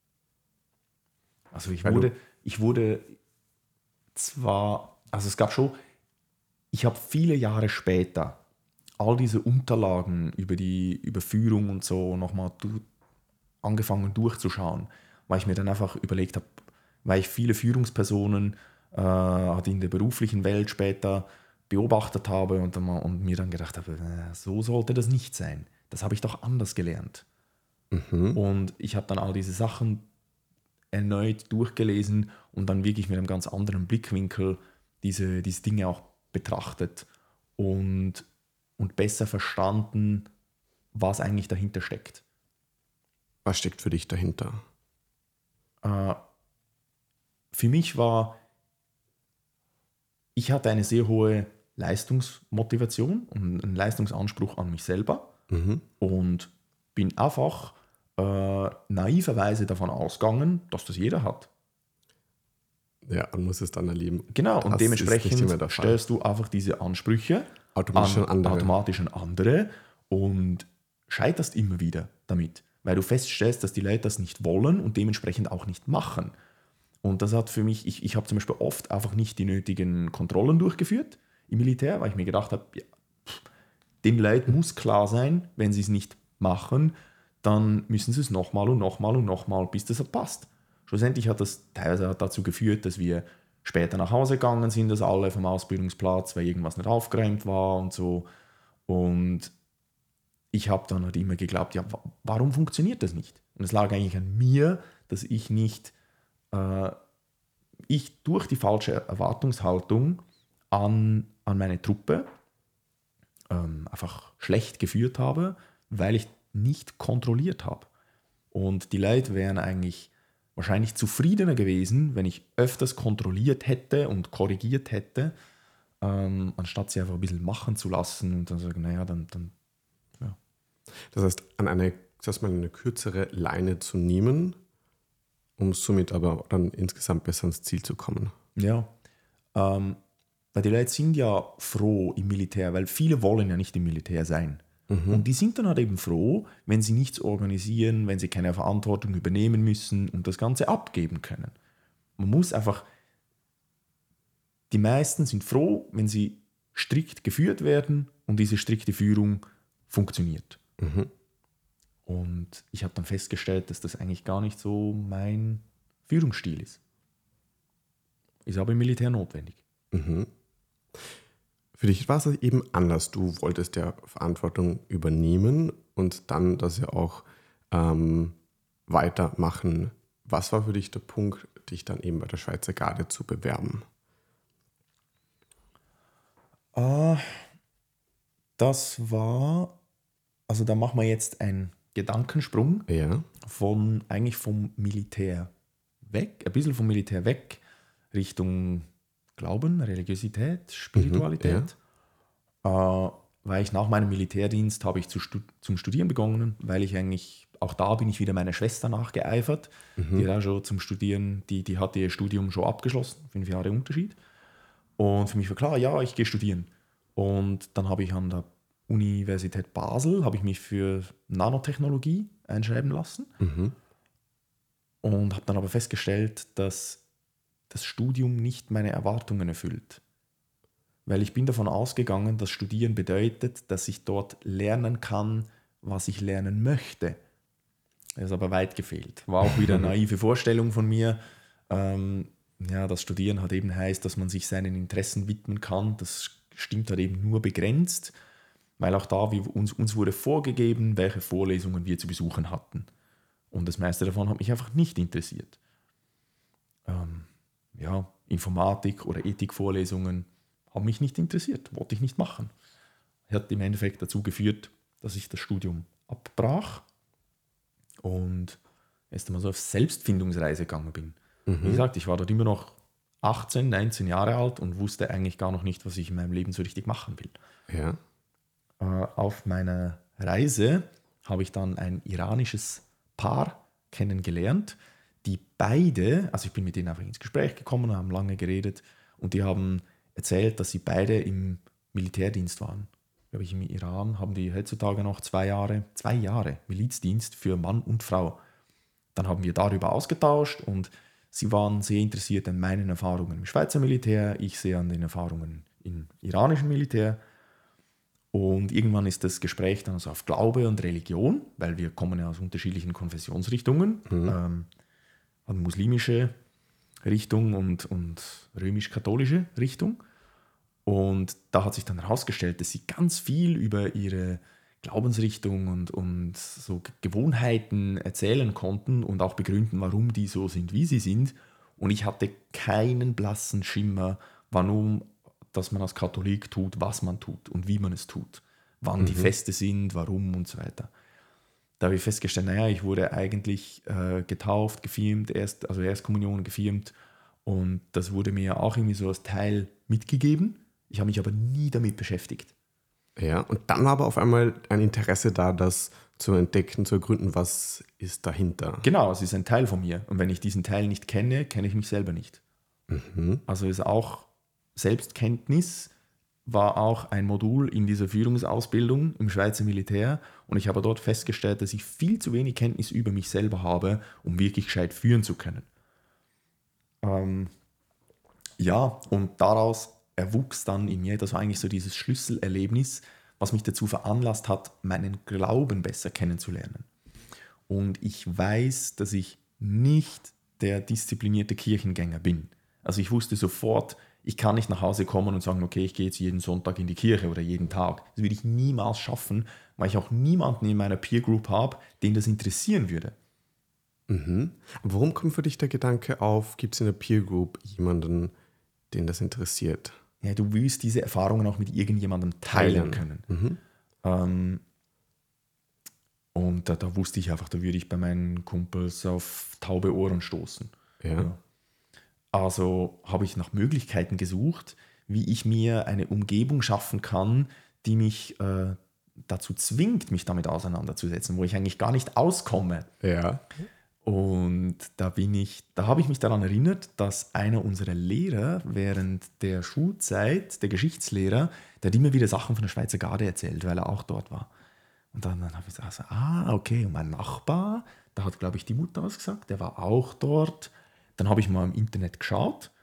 Also ich wurde, ich wurde zwar, also es gab schon, ich habe viele Jahre später all diese Unterlagen über die Überführung und so nochmal du, angefangen durchzuschauen, weil ich mir dann einfach überlegt habe, weil ich viele Führungspersonen äh, in der beruflichen Welt später beobachtet habe und, dann mal, und mir dann gedacht habe, äh, so sollte das nicht sein. Das habe ich doch anders gelernt. Mhm. Und ich habe dann all diese Sachen erneut durchgelesen und dann wirklich mit einem ganz anderen Blickwinkel diese, diese Dinge auch betrachtet und, und besser verstanden, was eigentlich dahinter steckt. Was steckt für dich dahinter? Äh, für mich war, ich hatte eine sehr hohe Leistungsmotivation und einen Leistungsanspruch an mich selber Mhm. und bin einfach äh, naiverweise davon ausgegangen, dass das jeder hat. Ja, und muss es dann erleben. Genau, Das und ist nicht immer dementsprechend der Fall. stellst du einfach diese Ansprüche Automatisch an an andere. automatisch an andere und scheiterst immer wieder damit, weil du feststellst, dass die Leute das nicht wollen und dementsprechend auch nicht machen. Und das hat für mich, ich, ich habe zum Beispiel oft einfach nicht die nötigen Kontrollen durchgeführt. im Militär, weil ich mir gedacht habe, ja, pff, den Leuten muss klar sein, wenn sie es nicht machen, dann müssen sie es nochmal und nochmal und nochmal, bis das passt. Schlussendlich hat das teilweise dazu geführt, dass wir später nach Hause gegangen sind, dass alle vom Ausbildungsplatz, weil irgendwas nicht aufgeräumt war und so. Und ich habe dann halt immer geglaubt, ja, warum funktioniert das nicht? Und es lag eigentlich an mir, dass ich nicht, äh, ich durch die falsche Erwartungshaltung an, an meine Truppe ähm, einfach schlecht geführt habe, weil ich nicht kontrolliert habe. Und die Leute wären eigentlich wahrscheinlich zufriedener gewesen, wenn ich öfters kontrolliert hätte und korrigiert hätte, ähm, anstatt sie einfach ein bisschen machen zu lassen und dann sagen, naja, dann, dann ja. Das heißt, an eine, das heißt, eine kürzere Leine zu nehmen, um somit aber dann insgesamt besser ans Ziel zu kommen. Ja, ähm, weil die Leute sind ja froh im Militär, weil viele wollen ja nicht im Militär sein. Mhm. Und die sind dann halt eben froh, wenn sie nichts organisieren, wenn sie keine Verantwortung übernehmen müssen und das Ganze abgeben können. Man muss einfach, die meisten sind froh, wenn sie strikt geführt werden und diese strikte Führung funktioniert. Mhm. Und ich habe dann festgestellt, dass das eigentlich gar nicht so mein Führungsstil ist. Ist aber im Militär notwendig. Mhm. Für dich war es eben anders. Du wolltest ja Verantwortung übernehmen und dann das ja auch ähm, weitermachen. Was war für dich der Punkt, dich dann eben bei der Schweizer Garde zu bewerben? Uh, das war, also da machen wir jetzt einen Gedankensprung ja. von eigentlich vom Militär weg, ein bisschen vom Militär weg, Richtung Glauben, Religiosität, Spiritualität. Mhm, ja. äh, weil ich nach meinem Militärdienst habe ich zu stud- zum Studieren begonnen, weil ich eigentlich, auch da bin ich wieder meiner Schwester nachgeeifert, mhm. die hat auch schon zum Studieren, die, die hatte ihr Studium schon abgeschlossen, fünf Jahre Unterschied. Und für mich war klar, ja, ich gehe studieren. Und dann habe ich an der Universität Basel, habe ich mich für Nanotechnologie einschreiben lassen. Mhm. Und habe dann aber festgestellt, dass das Studium nicht meine Erwartungen erfüllt. Weil ich bin davon ausgegangen, dass Studieren bedeutet, dass ich dort lernen kann, was ich lernen möchte. Das ist aber weit gefehlt. War auch wieder eine naive Vorstellung von mir. Ähm, ja, das Studieren halt eben heißt, dass man sich seinen Interessen widmen kann. Das stimmt halt eben nur begrenzt, weil auch da wir uns, uns wurde vorgegeben, welche Vorlesungen wir zu besuchen hatten. Und das meiste davon hat mich einfach nicht interessiert. Ähm, ja, Informatik- oder Ethikvorlesungen haben mich nicht interessiert, wollte ich nicht machen. Hat im Endeffekt dazu geführt, dass ich das Studium abbrach und erst einmal so auf Selbstfindungsreise gegangen bin. Mhm. Wie gesagt, ich war dort immer noch achtzehn, neunzehn Jahre alt und wusste eigentlich gar noch nicht, was ich in meinem Leben so richtig machen will. Ja. Äh, auf meiner Reise habe ich dann ein iranisches Paar kennengelernt, die beide, also ich bin mit denen einfach ins Gespräch gekommen, haben lange geredet und die haben erzählt, dass sie beide im Militärdienst waren. Glaube ich, im Iran haben die heutzutage noch zwei Jahre, zwei Jahre Milizdienst für Mann und Frau. Dann haben wir darüber ausgetauscht und sie waren sehr interessiert an meinen Erfahrungen im Schweizer Militär, ich sehr an den Erfahrungen im iranischen Militär. Und irgendwann ist das Gespräch dann also auf Glaube und Religion, weil wir kommen ja aus unterschiedlichen Konfessionsrichtungen, mhm. ähm, an muslimische Richtung und, und römisch-katholische Richtung. Und da hat sich dann herausgestellt, dass sie ganz viel über ihre Glaubensrichtung und, und so Gewohnheiten erzählen konnten und auch begründen, warum die so sind, wie sie sind. Und ich hatte keinen blassen Schimmer, warum dass man als Katholik tut, was man tut und wie man es tut. Wann mhm. die Feste sind, warum und so weiter. Da habe ich festgestellt, naja, ich wurde eigentlich äh, getauft, gefirmt, erst, also Erstkommunion gefirmt und das wurde mir auch irgendwie so als Teil mitgegeben. Ich habe mich aber nie damit beschäftigt. Ja, und dann war aber auf einmal ein Interesse da, das zu entdecken, zu ergründen, was ist dahinter. Genau, es ist ein Teil von mir und wenn ich diesen Teil nicht kenne, kenne ich mich selber nicht. Mhm. Also ist auch Selbstkenntnis war auch ein Modul in dieser Führungsausbildung im Schweizer Militär und ich habe dort festgestellt, dass ich viel zu wenig Kenntnis über mich selber habe, um wirklich gescheit führen zu können. Ähm, ja, und daraus erwuchs dann in mir, das war eigentlich so dieses Schlüsselerlebnis, was mich dazu veranlasst hat, meinen Glauben besser kennenzulernen. Und ich weiß, dass ich nicht der disziplinierte Kirchengänger bin. Also ich wusste sofort, ich kann nicht nach Hause kommen und sagen, okay, ich gehe jetzt jeden Sonntag in die Kirche oder jeden Tag. Das würde ich niemals schaffen, weil ich auch niemanden in meiner Peer Group habe, den das interessieren würde. Mhm. Warum kommt für dich der Gedanke auf, gibt es in der Peer Group jemanden, den das interessiert? Ja, du willst diese Erfahrungen auch mit irgendjemandem teilen, teilen. können. Mhm. Ähm, und da, da wusste ich einfach, da würde ich bei meinen Kumpels auf taube Ohren stoßen. Ja. Ja. Also habe ich nach Möglichkeiten gesucht, wie ich mir eine Umgebung schaffen kann, die mich äh, dazu zwingt, mich damit auseinanderzusetzen, wo ich eigentlich gar nicht auskomme. Ja. Und da bin ich, da habe ich mich daran erinnert, dass einer unserer Lehrer während der Schulzeit, der Geschichtslehrer, der hat immer wieder Sachen von der Schweizer Garde erzählt, weil er auch dort war. Und dann, dann habe ich gesagt, ah, okay, und mein Nachbar, da hat, glaube ich, die Mutter was gesagt, der war auch dort. Dann habe ich mal im Internet geschaut,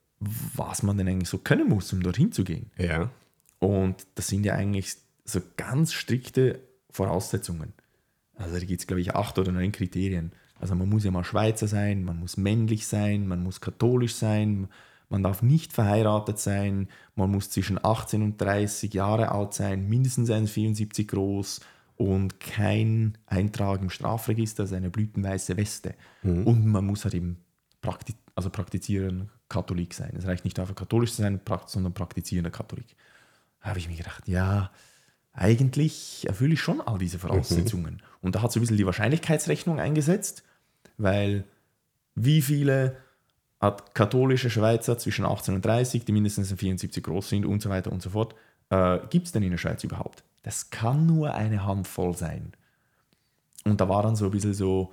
was man denn eigentlich so können muss, um dorthin zu gehen. Ja. Und das sind ja eigentlich so ganz strikte Voraussetzungen. Also da gibt es, glaube ich, acht oder neun Kriterien. Also man muss ja mal Schweizer sein, man muss männlich sein, man muss katholisch sein, man darf nicht verheiratet sein, man muss zwischen achtzehn und dreißig Jahre alt sein, mindestens eins Komma vierundsiebzig groß und kein Eintrag im Strafregister, also eine blütenweiße Weste. Mhm. Und man muss halt eben praktiz- also praktizierender Katholik sein. Es reicht nicht einfach katholisch zu sein, sondern praktizierender Katholik. Da habe ich mir gedacht, ja, eigentlich erfülle ich schon all diese Voraussetzungen. Mhm. Und da hat so ein bisschen die Wahrscheinlichkeitsrechnung eingesetzt, weil wie viele hat katholische Schweizer zwischen achtzehn und dreißig, die mindestens vierundsiebzig groß sind und so weiter und so fort, äh, gibt es denn in der Schweiz überhaupt? Das kann nur eine Handvoll sein. Und da war dann so ein bisschen so,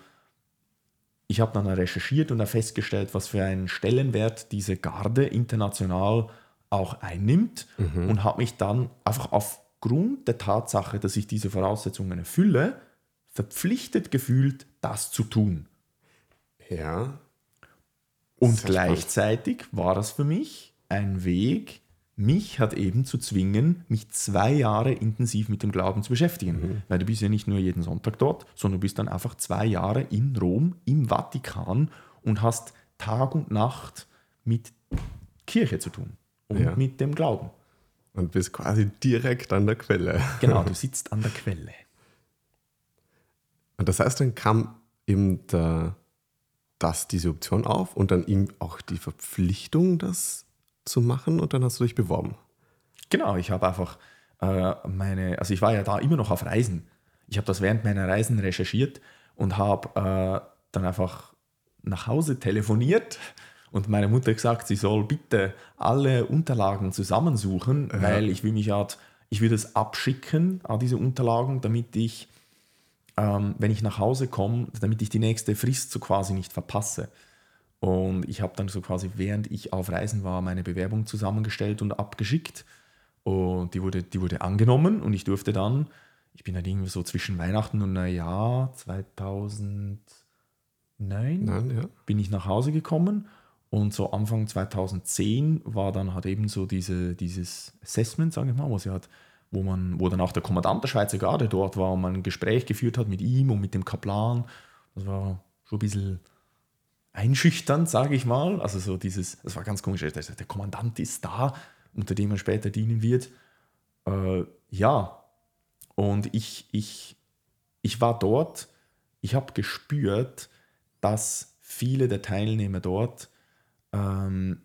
ich habe dann recherchiert und festgestellt, was für einen Stellenwert diese Garde international auch einnimmt mhm. und habe mich dann einfach aufgrund der Tatsache, dass ich diese Voraussetzungen erfülle, verpflichtet gefühlt, das zu tun. Ja. Und gleichzeitig spannend. War das für mich ein Weg, mich hat eben zu zwingen, mich zwei Jahre intensiv mit dem Glauben zu beschäftigen. Mhm. Weil du bist ja nicht nur jeden Sonntag dort, sondern du bist dann einfach zwei Jahre in Rom, im Vatikan und hast Tag und Nacht mit Kirche zu tun und ja. mit dem Glauben. Und bist quasi direkt an der Quelle. Genau, du sitzt an der Quelle. Und das heißt, dann kam eben der, das, diese Option auf und dann ihm auch die Verpflichtung, das zu machen, und dann hast du dich beworben. Genau, ich habe einfach äh, meine, also ich war ja da immer noch auf Reisen. Ich habe das während meiner Reisen recherchiert und habe äh, dann einfach nach Hause telefoniert und meiner Mutter gesagt, sie soll bitte alle Unterlagen zusammensuchen, ja. weil ich will mich halt, ich will das abschicken, all diese Unterlagen, damit ich, ähm, wenn ich nach Hause komme, damit ich die nächste Frist so quasi nicht verpasse. Und ich habe dann so quasi, während ich auf Reisen war, meine Bewerbung zusammengestellt und abgeschickt. Und die wurde, die wurde angenommen und ich durfte dann, ich bin dann irgendwie so zwischen Weihnachten und Neujahr zweitausendneun, Nein, ja. bin ich nach Hause gekommen. Und so Anfang zweitausendzehn war dann halt eben so diese, dieses Assessment, sage ich mal, wo, sie hat, wo, man, wo dann auch der Kommandant der Schweizer Garde dort war und man ein Gespräch geführt hat mit ihm und mit dem Kaplan. Das war schon ein bisschen einschüchternd, sage ich mal. Also so dieses, das war ganz komisch, der, der Kommandant ist da, unter dem er später dienen wird. Äh, ja, und ich, ich, ich war dort, ich habe gespürt, dass viele der Teilnehmer dort ähm,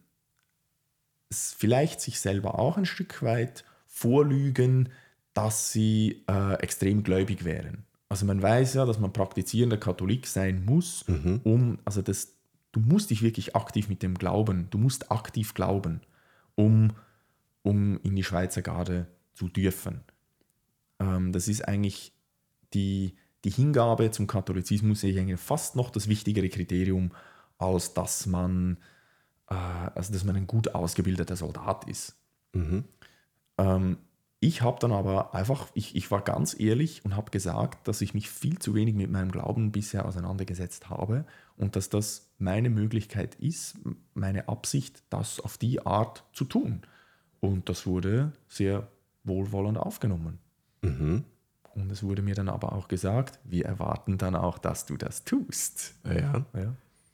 vielleicht sich selber auch ein Stück weit vorlügen, dass sie äh, extrem gläubig wären. Also man weiß ja, dass man praktizierender Katholik sein muss, mhm. um, also das, du musst dich wirklich aktiv mit dem Glauben, du musst aktiv glauben, um, um in die Schweizer Garde zu dürfen. Ähm, das ist eigentlich die, die Hingabe zum Katholizismus eigentlich fast noch das wichtigere Kriterium, als dass man, äh, also dass man ein gut ausgebildeter Soldat ist. Mhm. Ähm, Ich habe dann aber einfach, ich, ich war ganz ehrlich und habe gesagt, dass ich mich viel zu wenig mit meinem Glauben bisher auseinandergesetzt habe und dass das meine Möglichkeit ist, meine Absicht, das auf die Art zu tun. Und das wurde sehr wohlwollend aufgenommen. Mhm. Und es wurde mir dann aber auch gesagt, wir erwarten dann auch, dass du das tust. Ja, Ja.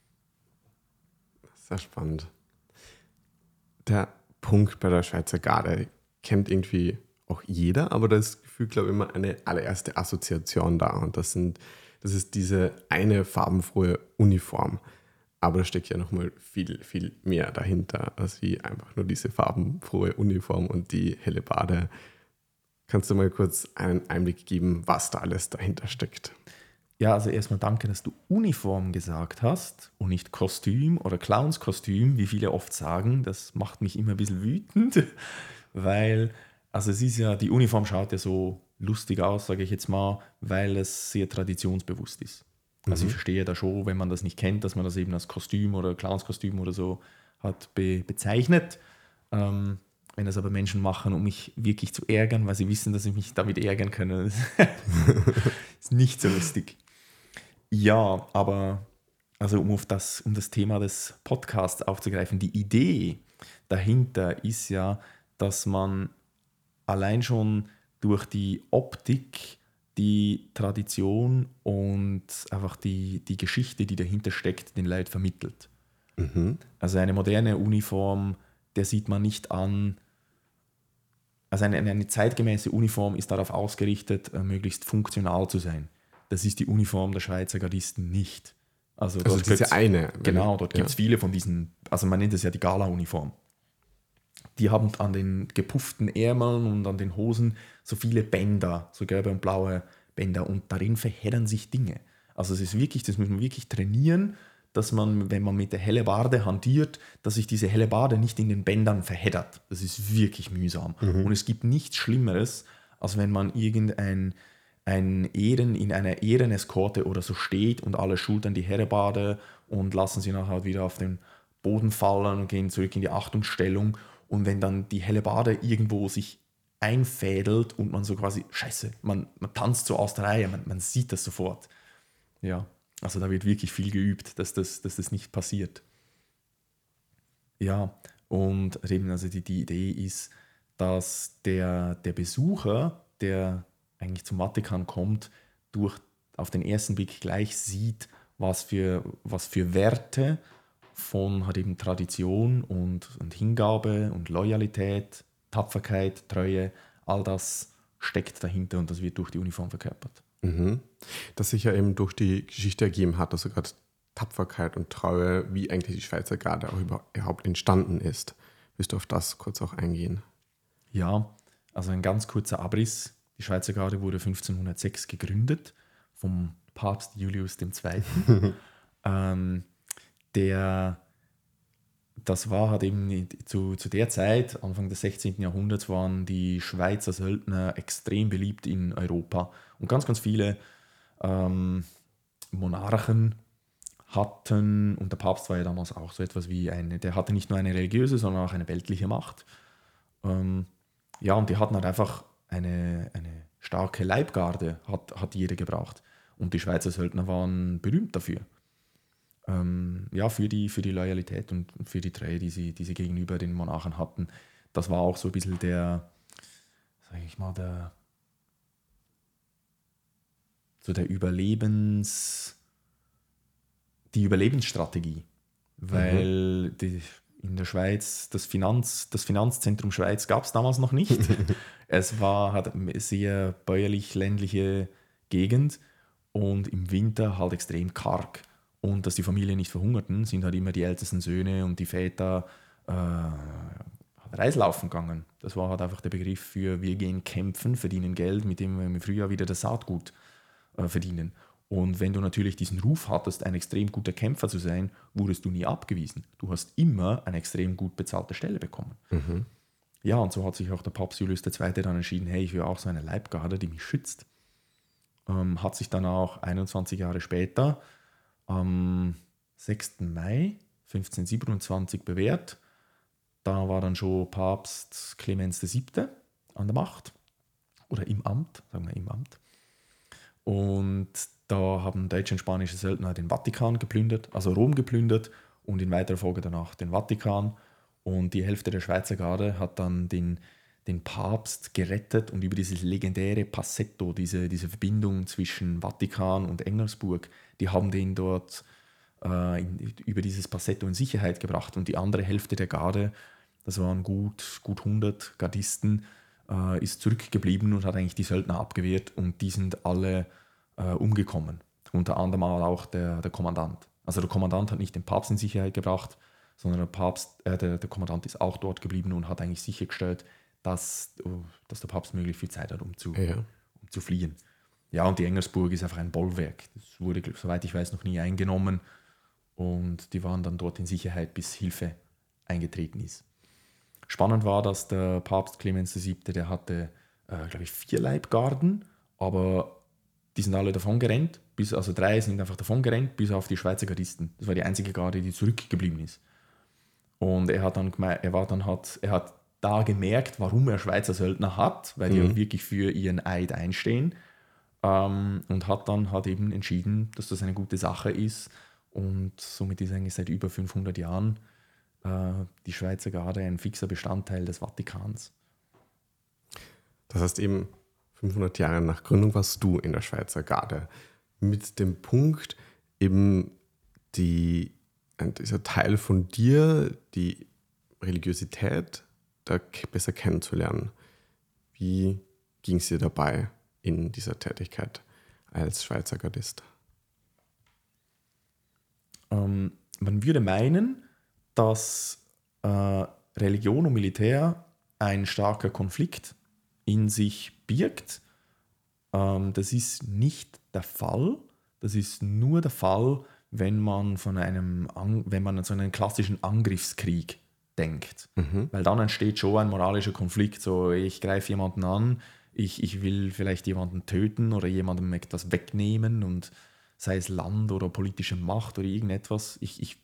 sehr spannend. Der Punkt bei der Schweizer Garde kennt irgendwie auch jeder, aber da ist das Gefühl, glaube ich, immer eine allererste Assoziation da. Und das, sind, das ist diese eine farbenfrohe Uniform. Aber da steckt ja nochmal viel, viel mehr dahinter, als wie einfach nur diese farbenfrohe Uniform und die Hellebarde. Kannst du mal kurz einen Einblick geben, was da alles dahinter steckt? Ja, also erstmal danke, dass du Uniform gesagt hast und nicht Kostüm oder Clownskostüm, wie viele oft sagen. Das macht mich immer ein bisschen wütend, weil, also es ist ja, die Uniform schaut ja so lustig aus, sage ich jetzt mal, weil es sehr traditionsbewusst ist. Also Mhm. ich verstehe da schon, wenn man das nicht kennt, dass man das eben als Kostüm oder Clownskostüm oder so hat be bezeichnet. Ähm, wenn das aber Menschen machen, um mich wirklich zu ärgern, weil sie wissen, dass ich mich damit ärgern kann, ist nicht so lustig. Ja, aber also um auf das, um das Thema des Podcasts aufzugreifen, die Idee dahinter ist ja, dass man allein schon durch die Optik die Tradition und einfach die, die Geschichte, die dahinter steckt, den Leuten vermittelt. Mhm. Also eine moderne Uniform, der sieht man nicht an. Also eine, eine zeitgemäße Uniform ist darauf ausgerichtet, äh, möglichst funktional zu sein. Das ist die Uniform der Schweizer Gardisten nicht. Also, Also dort diese gibt's- eine. Genau, dort ja. gibt es viele von diesen, also man nennt es ja die Gala-Uniform. Die haben an den gepufften Ärmeln und an den Hosen so viele Bänder, so gelbe und blaue Bänder, und darin verheddern sich Dinge. Also es ist wirklich, das muss man wirklich trainieren, dass man, wenn man mit der Hellebarde hantiert, dass sich diese Hellebarde nicht in den Bändern verheddert. Das ist wirklich mühsam. Und es gibt nichts Schlimmeres, als wenn man irgendein ein Ehren in einer Ehreneskorte oder so steht und alle schultern die Hellebarde und lassen sie nachher wieder auf den Boden fallen und gehen zurück in die Achtungsstellung. Und wenn dann die Hellebarde irgendwo sich einfädelt und man so quasi, scheiße, man, man tanzt so aus der Reihe, man, man sieht das sofort. Ja, also da wird wirklich viel geübt, dass das, dass das nicht passiert. Ja, und eben also die, die Idee ist, dass der, der Besucher, der eigentlich zum Vatikan kommt, durch, auf den ersten Blick gleich sieht, was für, was für Werte von hat eben Tradition und, und Hingabe und Loyalität, Tapferkeit, Treue, all das steckt dahinter und das wird durch die Uniform verkörpert. Mhm. Das sich ja eben durch die Geschichte ergeben hat, also gerade Tapferkeit und Treue, wie eigentlich die Schweizer Garde auch überhaupt entstanden ist. Willst du auf das kurz auch eingehen? Ja, also ein ganz kurzer Abriss. Die Schweizer Garde wurde fünfzehnhundertsechs gegründet vom Papst Julius der Zweite. ähm, der, das war halt eben zu, zu der Zeit, Anfang des sechzehnten. Jahrhunderts, waren die Schweizer Söldner extrem beliebt in Europa. Und ganz, ganz viele ähm, Monarchen hatten, und der Papst war ja damals auch so etwas wie eine, der hatte nicht nur eine religiöse, sondern auch eine weltliche Macht. Ähm, ja, und die hatten halt einfach eine, eine starke Leibgarde, hat, hat jeder gebraucht. Und die Schweizer Söldner waren berühmt dafür. Ähm, ja, für die, für die Loyalität und für die Treue, die sie, die sie gegenüber den Monarchen hatten. Das war auch so ein bisschen der, sag ich mal, der, so der Überlebens, die Überlebensstrategie. Weil mhm. die, in der Schweiz, das, Finanz, das Finanzzentrum Schweiz gab es damals noch nicht. Es war halt eine sehr bäuerlich-ländliche Gegend und im Winter halt extrem karg. Und dass die Familien nicht verhungerten, sind halt immer die ältesten Söhne und die Väter äh, Reislaufen gegangen. Das war halt einfach der Begriff für wir gehen kämpfen, verdienen Geld, mit dem wir im Frühjahr wieder das Saatgut äh, verdienen. Und wenn du natürlich diesen Ruf hattest, ein extrem guter Kämpfer zu sein, wurdest du nie abgewiesen. Du hast immer eine extrem gut bezahlte Stelle bekommen. Mhm. Ja, und so hat sich auch der Papst Julius der Zweite dann entschieden, hey, ich will auch so eine Leibgarde, die mich schützt. Ähm, hat sich dann auch einundzwanzig Jahre später am sechsten Mai fünfzehnhundertsiebenundzwanzig bewährt. Da war dann schon Papst Clemens der Siebte an der Macht. Oder im Amt, sagen wir im Amt. Und da haben deutsche und spanische Söldner den Vatikan geplündert, also Rom geplündert und in weiterer Folge danach den Vatikan. Und die Hälfte der Schweizer Garde hat dann den, den Papst gerettet und über dieses legendäre Passetto, diese, diese Verbindung zwischen Vatikan und Engelsburg, die haben den dort äh, in, über dieses Passetto in Sicherheit gebracht. Und die andere Hälfte der Garde, das waren gut, gut hundert Gardisten, äh, ist zurückgeblieben und hat eigentlich die Söldner abgewehrt und die sind alle äh, umgekommen. Unter anderem auch der, der Kommandant. Also der Kommandant hat nicht den Papst in Sicherheit gebracht, sondern der, Papst, äh, der, der Kommandant ist auch dort geblieben und hat eigentlich sichergestellt, dass, dass der Papst möglichst viel Zeit hat, um zu, Ja. um zu fliehen. Ja, und die Engelsburg ist einfach ein Bollwerk. Das wurde, soweit ich weiß, noch nie eingenommen. Und die waren dann dort in Sicherheit, bis Hilfe eingetreten ist. Spannend war, dass der Papst Clemens der Siebte, der hatte, äh, glaube ich, vier Leibgarden, aber die sind alle davon gerannt. Bis, also drei sind einfach davon gerannt, bis auf die Schweizer Gardisten. Das war die einzige Garde, die zurückgeblieben ist. Und er hat dann gemeint, er war dann hat, er hat da gemerkt, warum er Schweizer Söldner hat, weil die Mhm. auch wirklich für ihren Eid einstehen. Ähm, und hat dann hat eben entschieden, dass das eine gute Sache ist. Und somit ist eigentlich seit über fünfhundert Jahren äh, die Schweizer Garde ein fixer Bestandteil des Vatikans. Das heißt eben, fünfhundert Jahre nach Gründung warst du in der Schweizer Garde. Mit dem Punkt, eben die, dieser Teil von dir, die Religiosität, da k- besser kennenzulernen. Wie ging es dir dabei in dieser Tätigkeit als Schweizer Gardist? Ähm, man würde meinen, dass äh, Religion und Militär ein starker Konflikt in sich birgt. Ähm, das ist nicht der Fall. Das ist nur der Fall, wenn man von einem, An- wenn man an so einen klassischen Angriffskrieg denkt. Mhm. Weil dann entsteht schon ein moralischer Konflikt. So, ich greife jemanden an, ich, ich will vielleicht jemanden töten oder jemandem etwas wegnehmen und sei es Land oder politische Macht oder irgendetwas. Ich, ich,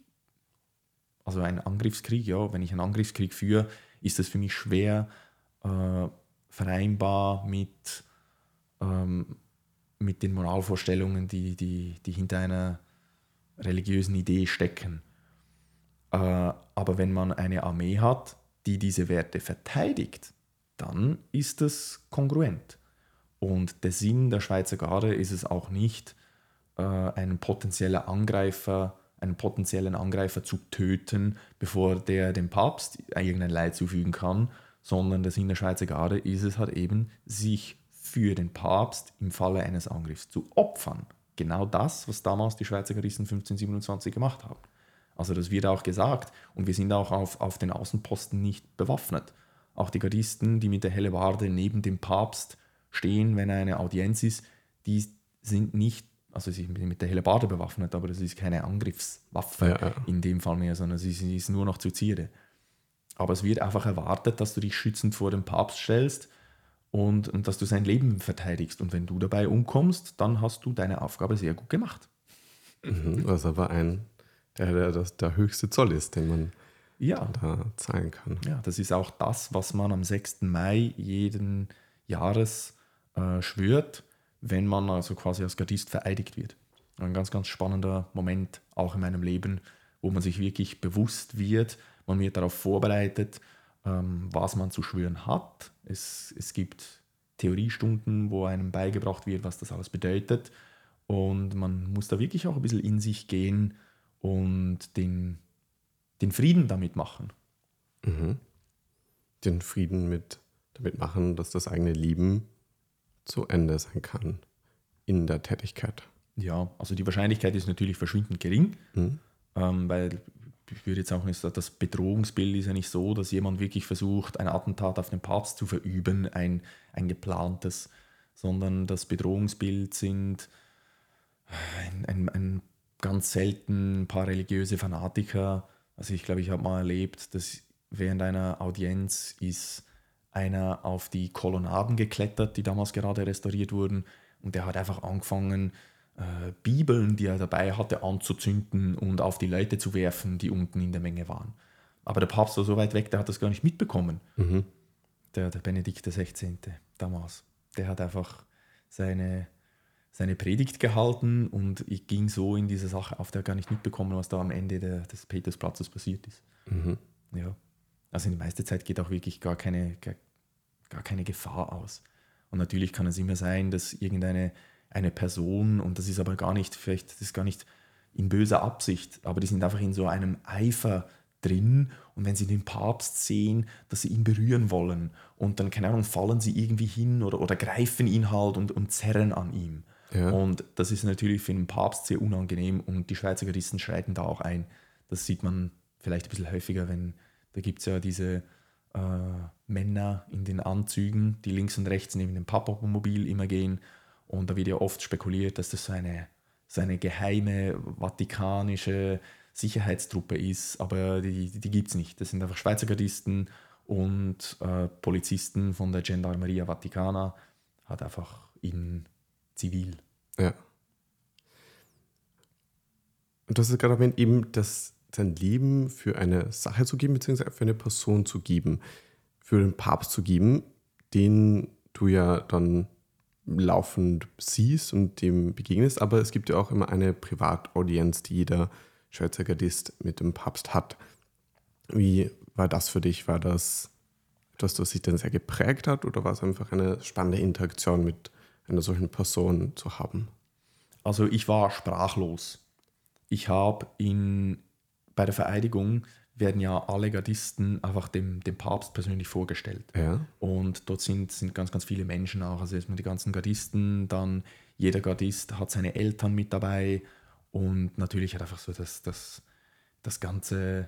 also ein Angriffskrieg, ja, wenn ich einen Angriffskrieg führe, ist das für mich schwer äh, vereinbar mit, ähm, mit den Moralvorstellungen, die, die, die hinter einer religiösen Idee stecken. Äh, aber wenn man eine Armee hat, die diese Werte verteidigt, dann ist das kongruent. Und der Sinn der Schweizer Garde ist es auch nicht, äh, einen potenziellen Angreifer, einen potenziellen Angreifer zu töten, bevor der dem Papst irgendein Leid zufügen kann, sondern der Sinn der Schweizer Garde ist es halt eben, sich für den Papst im Falle eines Angriffs zu opfern. Genau das, was damals die Schweizer Gardisten fünfzehnhundertsiebenundzwanzig gemacht haben. Also das wird auch gesagt und wir sind auch auf, auf den Außenposten nicht bewaffnet. Auch die Gardisten, die mit der Hellebarde neben dem Papst stehen, wenn eine Audienz ist, die sind nicht, also sie sind mit der Hellebarde bewaffnet, aber das ist keine Angriffswaffe Ja, ja. in dem Fall mehr, sondern sie, sie ist nur noch zur Zierde. Aber es wird einfach erwartet, dass du dich schützend vor den Papst stellst und, und dass du sein Leben verteidigst. Und wenn du dabei umkommst, dann hast du deine Aufgabe sehr gut gemacht. Mhm. Was aber ein, der, der, das, der höchste Zoll ist, den man Ja, da zahlen kann. ja, das ist auch das, was man am sechsten Mai jeden Jahres äh, schwört, wenn man also quasi als Gardist vereidigt wird. Ein ganz, ganz spannender Moment auch in meinem Leben, wo man sich wirklich bewusst wird, man wird darauf vorbereitet, ähm, was man zu schwören hat. Es, es gibt Theoriestunden, wo einem beigebracht wird, was das alles bedeutet. Und man muss da wirklich auch ein bisschen in sich gehen und den, den Frieden damit machen. Mhm. Den Frieden mit, damit machen, dass das eigene Leben zu Ende sein kann in der Tätigkeit. Ja, also die Wahrscheinlichkeit ist natürlich verschwindend gering, Mhm. ähm, weil ich würde jetzt auch nicht sagen, das Bedrohungsbild ist ja nicht so, dass jemand wirklich versucht, ein Attentat auf den Papst zu verüben, ein, ein geplantes, sondern das Bedrohungsbild sind ein, ein, ein ganz selten ein paar religiöse Fanatiker. Also ich glaube, ich habe mal erlebt, dass während einer Audienz ist einer auf die Kolonnaden geklettert, die damals gerade restauriert wurden, und der hat einfach angefangen, äh, Bibeln, die er dabei hatte, anzuzünden und auf die Leute zu werfen, die unten in der Menge waren. Aber der Papst war so weit weg, der hat das gar nicht mitbekommen. Mhm. Der, der Benedikt der Sechzehnte damals. Der hat einfach seine, seine Predigt gehalten und ich ging so in diese Sache auf, der gar nicht mitbekommen, was da am Ende der, des Petersplatzes passiert ist. Mhm. Ja. Also in die meiste Zeit geht auch wirklich gar keine, gar, gar keine Gefahr aus. Und natürlich kann es immer sein, dass irgendeine eine Person, und das ist aber gar nicht, vielleicht das ist gar nicht in böser Absicht, aber die sind einfach in so einem Eifer drin, und wenn sie den Papst sehen, dass sie ihn berühren wollen und dann, keine Ahnung, fallen sie irgendwie hin oder, oder greifen ihn halt und, und zerren an ihm. Ja. Und das ist natürlich für den Papst sehr unangenehm, und die Schweizer Gardisten schreiten da auch ein. Das sieht man vielleicht ein bisschen häufiger, wenn, da gibt es ja diese äh, Männer in den Anzügen, die links und rechts neben dem Pappmobil immer gehen, und da wird ja oft spekuliert, dass das so eine, so eine geheime vatikanische Sicherheitstruppe ist, aber die, die gibt es nicht. Das sind einfach Schweizer Gardisten und äh, Polizisten von der Gendarmeria Vaticana, hat einfach in zivil. Ja. Und du hast gerade erwähnt, eben das, sein Leben für eine Sache zu geben, beziehungsweise für eine Person zu geben, für den Papst zu geben, den du ja dann laufend siehst und dem begegnest, aber es gibt ja auch immer eine Privataudienz, die jeder Schweizer Gardist mit dem Papst hat. Wie war das für dich? War das etwas, das sich dann sehr geprägt hat, oder war es einfach eine spannende Interaktion mit einer solchen Person zu haben? Also ich war sprachlos. Ich habe in bei der Vereidigung werden ja alle Gardisten einfach dem, dem Papst persönlich vorgestellt. Ja. Und dort sind, sind ganz, ganz viele Menschen auch. Also erstmal die ganzen Gardisten, dann jeder Gardist hat seine Eltern mit dabei, und natürlich hat einfach so das, das, das ganze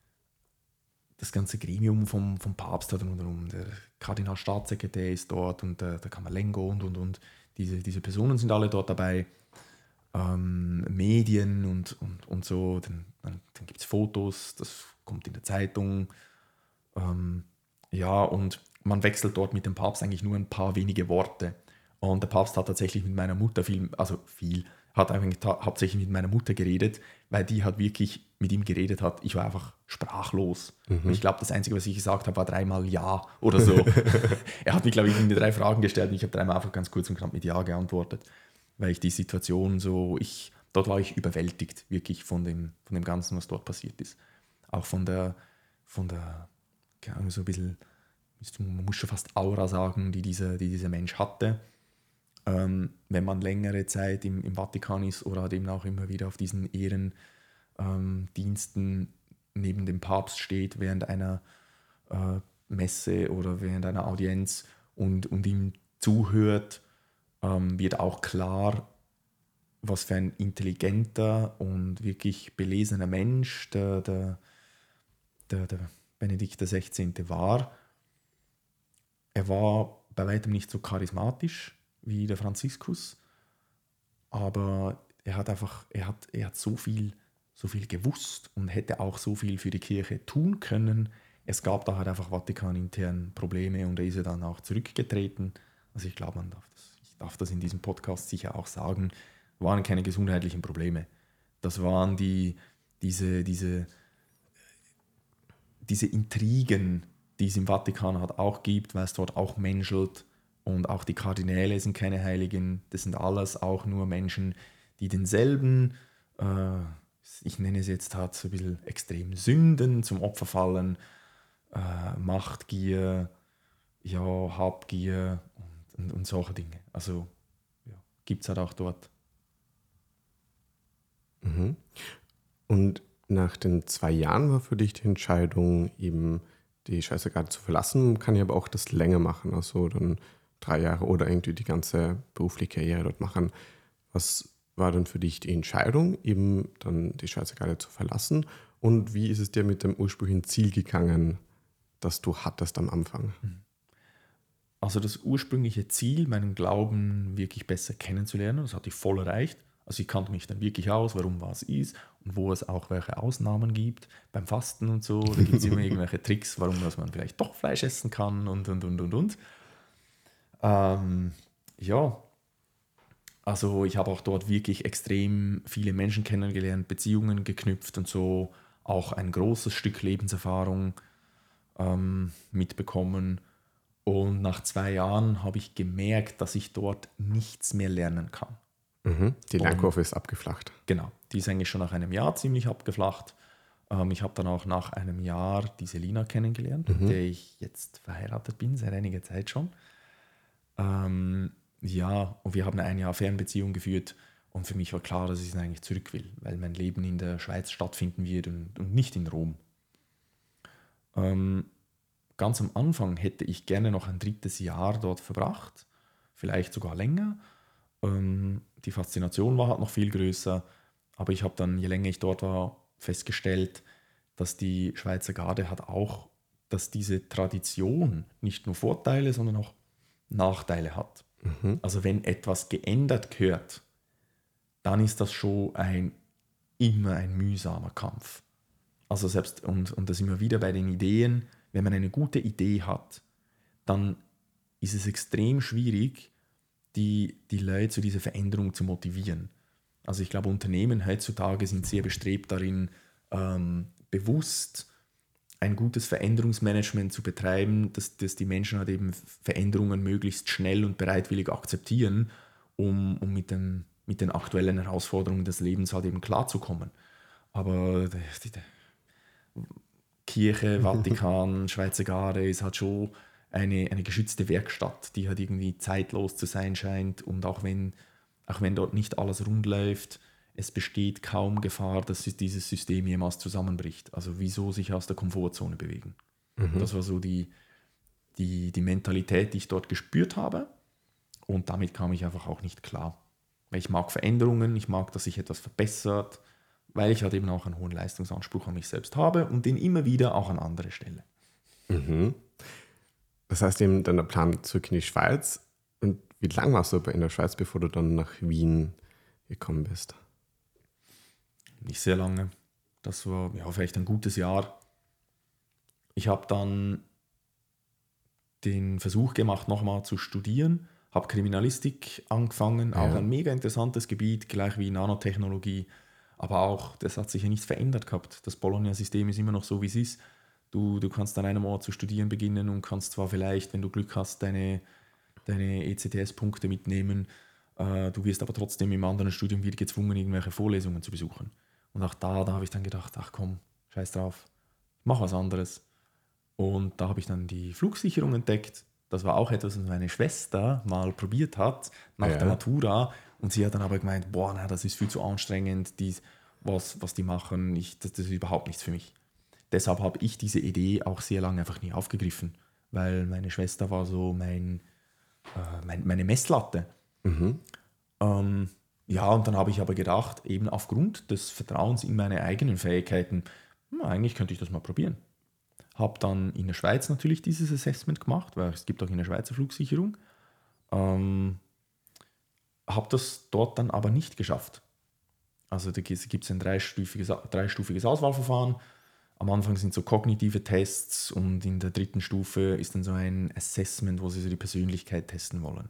das ganze Gremium vom, vom Papst hat rundherum. Der Kardinalstaatssekretär ist dort und der, der Camerlengo und, und, und. Diese, diese Personen sind alle dort dabei. Ähm, Medien und, und, und so. Dann, dann, dann gibt es Fotos, das kommt in der Zeitung. Ähm, ja, und man wechselt dort mit dem Papst eigentlich nur ein paar wenige Worte. Und der Papst hat tatsächlich mit meiner Mutter viel, also viel, hat eigentlich ta- hauptsächlich mit meiner Mutter geredet, weil die hat wirklich mit ihm geredet hat. Ich war einfach sprachlos. Mhm. Und ich glaube, das Einzige, was ich gesagt habe, war dreimal Ja oder so. Er hat mich, glaube ich, in die drei Fragen gestellt, und ich habe dreimal einfach ganz kurz und knapp mit Ja geantwortet, weil ich die Situation so, ich, dort war ich überwältigt, wirklich von dem, von dem Ganzen, was dort passiert ist. Auch von der, von der, keine Ahnung, so ein bisschen, man muss schon fast Aura sagen, die dieser, die dieser Mensch hatte. Ähm, wenn man längere Zeit im, im Vatikan ist oder halt eben auch immer wieder auf diesen Ehrendiensten ähm, neben dem Papst steht während einer äh, Messe oder während einer Audienz und, und ihm zuhört, ähm, wird auch klar, was für ein intelligenter und wirklich belesener Mensch der, der, der, der Benedikt der Sechzehnte war. Er war bei weitem nicht so charismatisch wie der Franziskus, aber er hat einfach, er hat, er hat so viel, so viel gewusst und hätte auch so viel für die Kirche tun können. Es gab da halt einfach Vatikan-intern Probleme, und er ist ja dann auch zurückgetreten. Also ich glaube, man darf das, ich darf das in diesem Podcast sicher auch sagen, waren keine gesundheitlichen Probleme. Das waren die, diese, diese, diese Intrigen, die es im Vatikan halt auch gibt, weil es dort auch menschelt. Und auch die Kardinäle sind keine Heiligen, das sind alles auch nur Menschen, die denselben, äh, ich nenne es jetzt halt so ein bisschen extrem Sünden zum Opfer fallen, äh, Machtgier, ja, Habgier und, und, und solche Dinge. Also ja, gibt es halt auch dort. Mhm. Und nach den zwei Jahren war für dich die Entscheidung, eben die Schweizer Garde zu verlassen, kann ich aber auch das länger machen, also dann drei Jahre oder irgendwie die ganze berufliche Karriere dort machen. Was war denn für dich die Entscheidung, eben dann die Schweizer Garde zu verlassen, und wie ist es dir mit dem ursprünglichen Ziel gegangen, das du hattest am Anfang? Also das ursprüngliche Ziel, meinen Glauben wirklich besser kennenzulernen, das hatte ich voll erreicht. Also ich kannte mich dann wirklich aus, warum was ist und wo es auch welche Ausnahmen gibt. Beim Fasten und so, da gibt es immer irgendwelche Tricks, warum dass man vielleicht doch Fleisch essen kann und, und, und, und, und. Ähm, ja, also ich habe auch dort wirklich extrem viele Menschen kennengelernt, Beziehungen geknüpft und so auch ein großes Stück Lebenserfahrung ähm, mitbekommen. Und nach zwei Jahren habe ich gemerkt, dass ich dort nichts mehr lernen kann. Mhm. Die Lernkurve ist abgeflacht. Genau, die ist eigentlich schon nach einem Jahr ziemlich abgeflacht. Ähm, ich habe dann auch nach einem Jahr die Selina kennengelernt, Mhm. mit der ich jetzt verheiratet bin, seit einiger Zeit schon. Ähm, ja, und wir haben ein Jahr Fernbeziehung geführt und für mich war klar, dass ich eigentlich zurück will, weil mein Leben in der Schweiz stattfinden wird und, und nicht in Rom. Ähm, ganz am Anfang hätte ich gerne noch ein drittes Jahr dort verbracht, vielleicht sogar länger. Ähm, die Faszination war halt noch viel größer, aber ich habe dann, je länger ich dort war, festgestellt, dass die Schweizer Garde hat auch, dass diese Tradition nicht nur Vorteile, sondern auch Nachteile hat. Mhm. Also wenn etwas geändert gehört, dann ist das schon ein, immer ein mühsamer Kampf. Also selbst, und, und da sind wir wieder bei den Ideen, wenn man eine gute Idee hat, dann ist es extrem schwierig, die, die Leute zu dieser Veränderung zu motivieren. Also ich glaube, Unternehmen heutzutage sind sehr bestrebt darin, ähm, bewusst ein gutes Veränderungsmanagement zu betreiben, dass, dass die Menschen halt eben Veränderungen möglichst schnell und bereitwillig akzeptieren, um, um mit, dem, mit den aktuellen Herausforderungen des Lebens halt eben klarzukommen. Aber die, die Kirche, Vatikan, Schweizer Garde ist halt schon eine, eine geschützte Werkstatt, die halt irgendwie zeitlos zu sein scheint. Und auch wenn, auch wenn dort nicht alles rund läuft, es besteht kaum Gefahr, dass dieses System jemals zusammenbricht. Also wieso sich aus der Komfortzone bewegen? Mhm. Das war so die, die, die Mentalität, die ich dort gespürt habe. Und damit kam ich einfach auch nicht klar. Weil ich mag Veränderungen, ich mag, dass sich etwas verbessert, weil ich halt eben auch einen hohen Leistungsanspruch an mich selbst habe und den immer wieder auch an andere stelle. Mhm. Das heißt eben dann der Plan zurück in die Schweiz. Und wie lange warst du aber in der Schweiz, bevor du dann nach Wien gekommen bist? Nicht sehr lange. Das war ja vielleicht ein gutes Jahr. Ich habe dann den Versuch gemacht, nochmal zu studieren, habe Kriminalistik angefangen, auch Ja. ein mega interessantes Gebiet, gleich wie Nanotechnologie. Aber auch, das hat sich ja nichts verändert gehabt. Das Bologna-System ist immer noch so, wie es ist. Du, du kannst an einem Ort zu studieren beginnen und kannst zwar vielleicht, wenn du Glück hast, deine, deine E C T S-Punkte mitnehmen. Äh, du wirst aber trotzdem im anderen Studium wieder gezwungen, irgendwelche Vorlesungen zu besuchen. Und auch da, da habe ich dann gedacht, ach komm, scheiß drauf, mach was anderes. Und da habe ich dann die Flugsicherung entdeckt. Das war auch etwas, was meine Schwester mal probiert hat nach Ja. der Matura. Und sie hat dann aber gemeint, boah, na, das ist viel zu anstrengend, dies, was, was die machen, ich, das, das ist überhaupt nichts für mich. Deshalb habe ich diese Idee auch sehr lange einfach nie aufgegriffen, weil meine Schwester war so mein, äh, mein, meine Messlatte. Mhm. Ähm, ja, und dann habe ich aber gedacht, eben aufgrund des Vertrauens in meine eigenen Fähigkeiten, hm, eigentlich könnte ich das mal probieren. Habe dann in der Schweiz natürlich dieses Assessment gemacht, weil es gibt auch in der Schweizer Flugsicherung. Ähm, habe das dort dann aber nicht geschafft. Also da gibt es ein dreistufiges, dreistufiges Auswahlverfahren. Am Anfang sind so kognitive Tests und in der dritten Stufe ist dann so ein Assessment, wo sie so die Persönlichkeit testen wollen.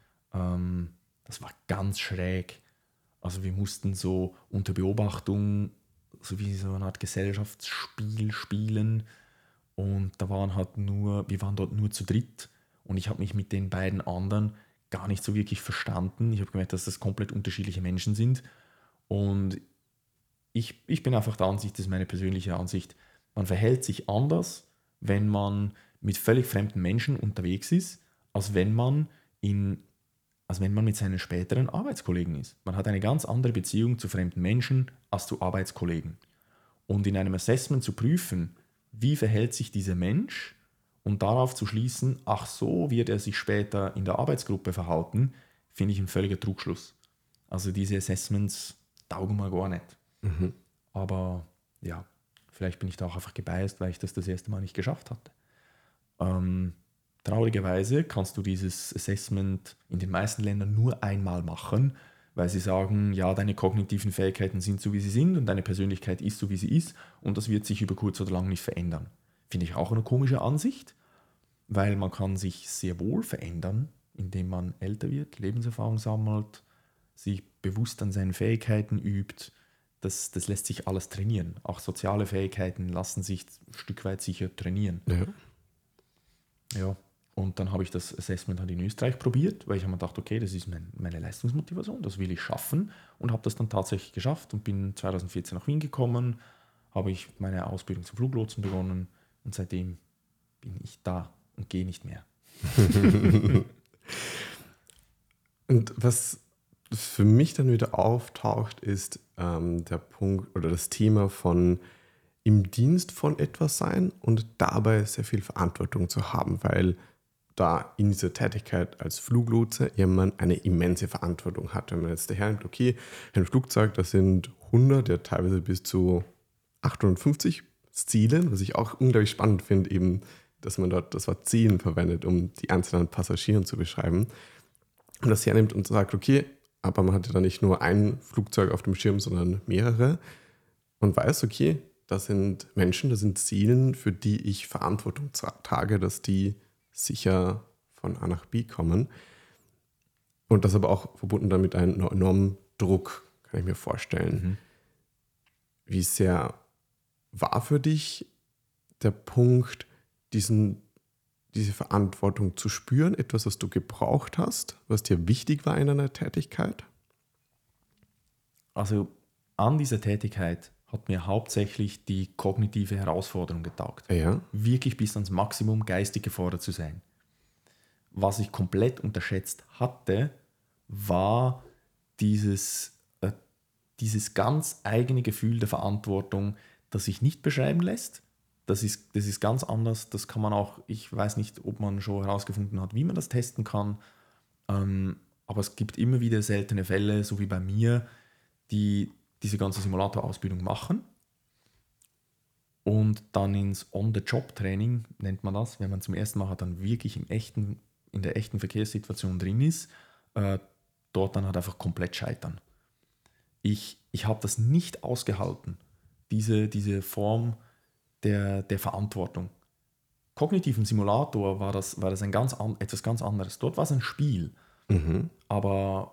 Ähm, das war ganz schräg. Also wir mussten so unter Beobachtung so wie so eine Art Gesellschaftsspiel spielen und da waren halt nur, wir waren dort nur zu dritt und ich habe mich mit den beiden anderen gar nicht so wirklich verstanden. Ich habe gemerkt, dass das komplett unterschiedliche Menschen sind und ich, ich bin einfach der Ansicht, das ist meine persönliche Ansicht, man verhält sich anders, wenn man mit völlig fremden Menschen unterwegs ist, als wenn man in als wenn man mit seinen späteren Arbeitskollegen ist. Man hat eine ganz andere Beziehung zu fremden Menschen als zu Arbeitskollegen. Und in einem Assessment zu prüfen, wie verhält sich dieser Mensch und darauf zu schließen, ach so wird er sich später in der Arbeitsgruppe verhalten, finde ich ein völliger Trugschluss. Also diese Assessments taugen mir gar nicht. Mhm. Aber ja, vielleicht bin ich da auch einfach gebiased, weil ich das das erste Mal nicht geschafft hatte. Ähm, Traurigerweise kannst du dieses Assessment in den meisten Ländern nur einmal machen, weil sie sagen, ja, deine kognitiven Fähigkeiten sind so, wie sie sind und deine Persönlichkeit ist so, wie sie ist und das wird sich über kurz oder lang nicht verändern. Finde ich auch eine komische Ansicht, weil man kann sich sehr wohl verändern, indem man älter wird, Lebenserfahrung sammelt, sich bewusst an seinen Fähigkeiten übt. Das, das lässt sich alles trainieren. Auch soziale Fähigkeiten lassen sich ein Stück weit sicher trainieren. Ja. Ja, und dann habe ich das Assessment halt in Österreich probiert, weil ich habe mir gedacht, okay, das ist mein, meine Leistungsmotivation, das will ich schaffen und habe das dann tatsächlich geschafft und bin zwanzig vierzehn nach Wien gekommen, habe ich meine Ausbildung zum Fluglotsen begonnen und seitdem bin ich da und gehe nicht mehr. Und was für mich dann wieder auftaucht, ist ähm, der Punkt oder das Thema von im Dienst von etwas sein und dabei sehr viel Verantwortung zu haben, weil da in dieser Tätigkeit als Fluglotse jemand eine immense Verantwortung hat. Wenn man jetzt hernimmt, okay, ein Flugzeug, das sind hundert, ja teilweise bis zu achthundertfünfzig Zielen, was ich auch unglaublich spannend finde, eben, dass man dort das Wort Zielen verwendet, um die einzelnen Passagiere zu beschreiben. Und das hernimmt und sagt, okay, aber man hat ja dann nicht nur ein Flugzeug auf dem Schirm, sondern mehrere und weiß, okay, das sind Menschen, das sind Ziele, für die ich Verantwortung trage, dass die sicher von A nach B kommen. Und das aber auch verbunden damit einem enormen Druck, kann ich mir vorstellen. Mhm. Wie sehr war für dich der Punkt, diesen, diese Verantwortung zu spüren, etwas, was du gebraucht hast, was dir wichtig war in deiner Tätigkeit? Also an dieser Tätigkeit hat mir hauptsächlich die kognitive Herausforderung getaugt. Ja. Wirklich bis ans Maximum geistig gefordert zu sein. Was ich komplett unterschätzt hatte, war dieses, äh, dieses ganz eigene Gefühl der Verantwortung, das sich nicht beschreiben lässt. Das ist, das ist ganz anders. Das kann man auch, ich weiß nicht, ob man schon herausgefunden hat, wie man das testen kann. Ähm, aber es gibt immer wieder seltene Fälle, so wie bei mir, die diese ganze Simulator-Ausbildung machen und dann ins On-the-Job-Training, nennt man das, wenn man zum ersten Mal dann wirklich im echten, in der echten Verkehrssituation drin ist, äh, dort dann halt einfach komplett scheitern. Ich, ich habe das nicht ausgehalten, diese, diese Form der, der Verantwortung. Kognitiv im Simulator war das, war das ein ganz an, etwas ganz anderes. Dort war es ein Spiel, Mhm. aber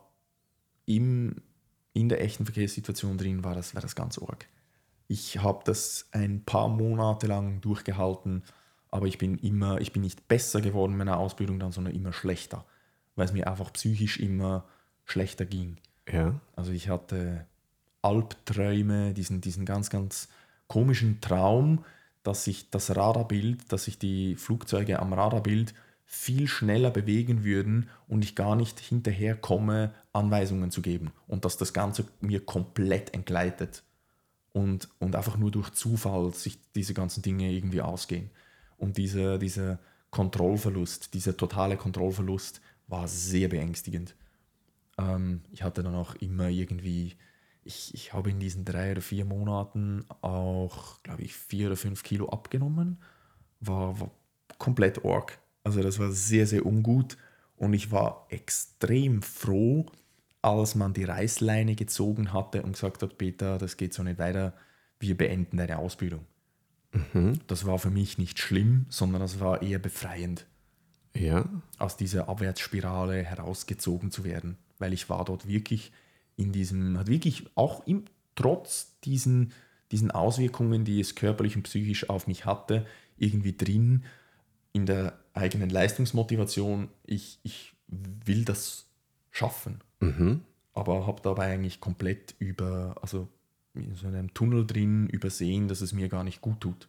im in der echten Verkehrssituation drin war das, war das ganz arg. Ich habe das ein paar Monate lang durchgehalten, aber ich bin immer, ich bin nicht besser geworden in meiner Ausbildung dann, sondern immer schlechter, weil es mir einfach psychisch immer schlechter ging. Ja. Also ich hatte Albträume, diesen, diesen ganz, ganz komischen Traum, dass sich das Radarbild, dass sich die Flugzeuge am Radarbild viel schneller bewegen würden und ich gar nicht hinterherkomme, Anweisungen zu geben und dass das Ganze mir komplett entgleitet und, und einfach nur durch Zufall sich diese ganzen Dinge irgendwie ausgehen. Und dieser, dieser Kontrollverlust, dieser totale Kontrollverlust war sehr beängstigend. Ähm, ich hatte dann auch immer irgendwie, ich, ich habe in diesen drei oder vier Monaten auch, glaube ich, vier oder fünf Kilo abgenommen, war, war komplett arg. Also das war sehr, sehr ungut und ich war extrem froh, als man die Reißleine gezogen hatte und gesagt hat, Peter, das geht so nicht weiter, wir beenden deine Ausbildung. Mhm. Das war für mich nicht schlimm, sondern das war eher befreiend, Ja. aus dieser Abwärtsspirale herausgezogen zu werden, weil ich war dort wirklich in diesem, hat wirklich auch im, trotz diesen, diesen Auswirkungen, die es körperlich und psychisch auf mich hatte, irgendwie drin, in der eigenen Leistungsmotivation, ich, ich will das schaffen. Mhm. Aber habe dabei eigentlich komplett über, also in so einem Tunnel drin übersehen, dass es mir gar nicht gut tut.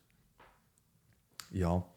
Ja,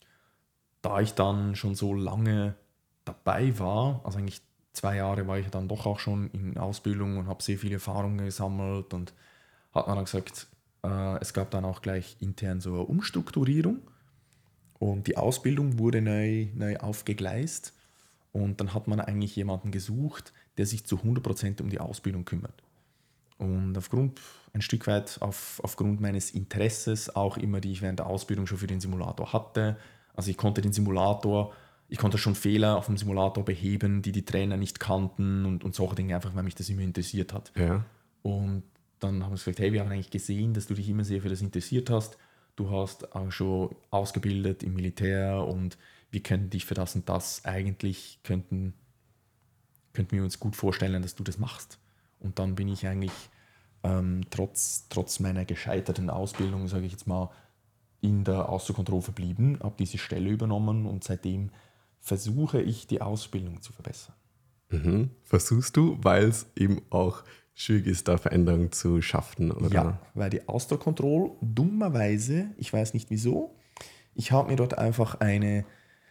da ich dann schon so lange dabei war, also eigentlich zwei Jahre war ich dann doch auch schon in Ausbildung und habe sehr viele Erfahrungen gesammelt und hat man dann gesagt, äh, es gab dann auch gleich intern so eine Umstrukturierung. Und die Ausbildung wurde neu, neu aufgegleist und dann hat man eigentlich jemanden gesucht, der sich zu hundert Prozent um die Ausbildung kümmert. Und aufgrund, ein Stück weit auf, aufgrund meines Interesses, auch immer, die ich während der Ausbildung schon für den Simulator hatte, also ich konnte den Simulator, ich konnte schon Fehler auf dem Simulator beheben, die die Trainer nicht kannten und, und solche Dinge, einfach weil mich das immer interessiert hat. Ja. Und dann haben wir gesagt, hey, wir haben eigentlich gesehen, dass du dich immer sehr für das interessiert hast. Du hast auch schon ausgebildet im Militär und wir könnten dich für das und das eigentlich, könnten, könnten wir uns gut vorstellen, dass du das machst. Und dann bin ich eigentlich ähm, trotz, trotz meiner gescheiterten Ausbildung, sage ich jetzt mal, in der Außenkontrolle verblieben, habe diese Stelle übernommen und seitdem versuche ich, die Ausbildung zu verbessern. Mhm. Versuchst du, weil es eben auch schwierig ist, da Veränderungen zu schaffen, oder? Ja, weil die Austria Control dummerweise, ich weiß nicht wieso, ich habe mir dort einfach eine,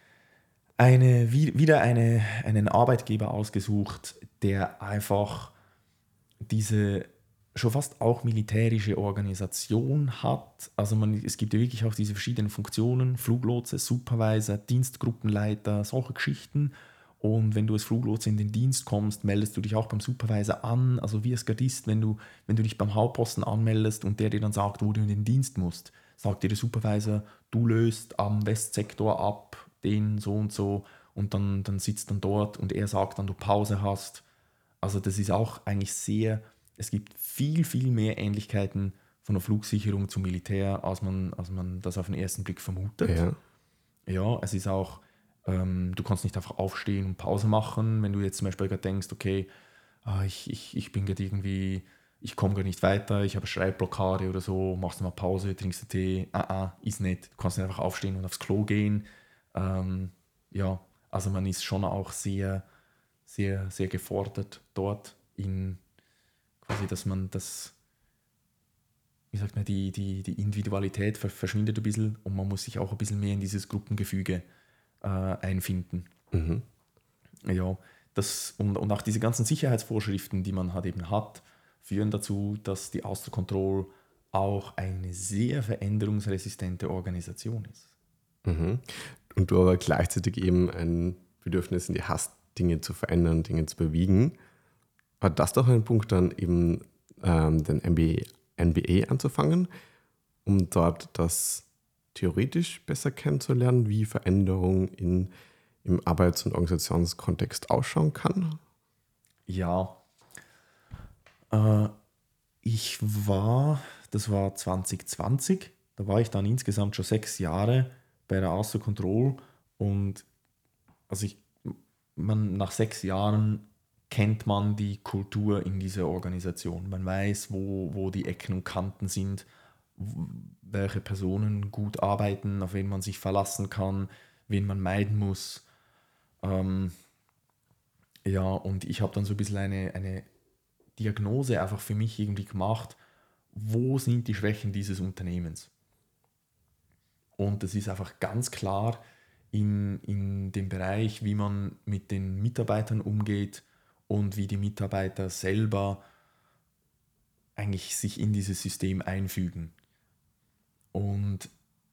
eine, wieder eine, einen Arbeitgeber ausgesucht, der einfach diese schon fast auch militärische Organisation hat. Also man, es gibt ja wirklich auch diese verschiedenen Funktionen, Fluglotse, Supervisor, Dienstgruppenleiter, solche Geschichten. Und wenn du als Fluglotse in den Dienst kommst, meldest du dich auch beim Supervisor an. Also wie als Gardist, wenn du, wenn du dich beim Hauptposten anmeldest und der dir dann sagt, wo du in den Dienst musst, sagt dir der Supervisor, du löst am Westsektor ab, den so und so, und dann, dann sitzt dann dort und er sagt dann, du Pause hast. Also das ist auch eigentlich sehr, es gibt viel, viel mehr Ähnlichkeiten von der Flugsicherung zum Militär, als man, als man das auf den ersten Blick vermutet. Ja. Ja, es ist auch, ähm, du kannst nicht einfach aufstehen und Pause machen, wenn du jetzt zum Beispiel gerade denkst, okay, ah, ich, ich, ich bin gerade irgendwie, ich komme gar nicht weiter, ich habe Schreibblockade oder so, machst du mal Pause, trinkst du Tee, ah, ah, ist nicht. Du kannst nicht einfach aufstehen und aufs Klo gehen. Ähm, ja, also man ist schon auch sehr, sehr, sehr gefordert dort in quasi, dass man das, wie sagt man, die, die, die Individualität verschwindet ein bisschen und man muss sich auch ein bisschen mehr in dieses Gruppengefüge äh, einfinden. Mhm. Ja, das, und, und auch diese ganzen Sicherheitsvorschriften, die man halt eben hat, führen dazu, dass die Austria Control auch eine sehr veränderungsresistente Organisation ist. Mhm. Und du aber gleichzeitig eben ein Bedürfnis in dir hast, Dinge zu verändern, Dinge zu bewegen. War das doch ein Punkt, dann eben ähm, den M B A anzufangen, um dort das theoretisch besser kennenzulernen, wie Veränderung in, im Arbeits- und Organisationskontext ausschauen kann? Ja, äh, ich war, das war zwanzig zwanzig, da war ich dann insgesamt schon sechs Jahre bei der Austria Control und also ich, man, nach sechs Jahren kennt man die Kultur in dieser Organisation. Man weiß, wo, wo die Ecken und Kanten sind, welche Personen gut arbeiten, auf wen man sich verlassen kann, wen man meiden muss. Ähm, ja, und ich habe dann so ein bisschen eine, eine Diagnose einfach für mich irgendwie gemacht, wo sind die Schwächen dieses Unternehmens. Und das ist einfach ganz klar in, in dem Bereich, wie man mit den Mitarbeitern umgeht und wie die Mitarbeiter selber eigentlich sich in dieses System einfügen. Und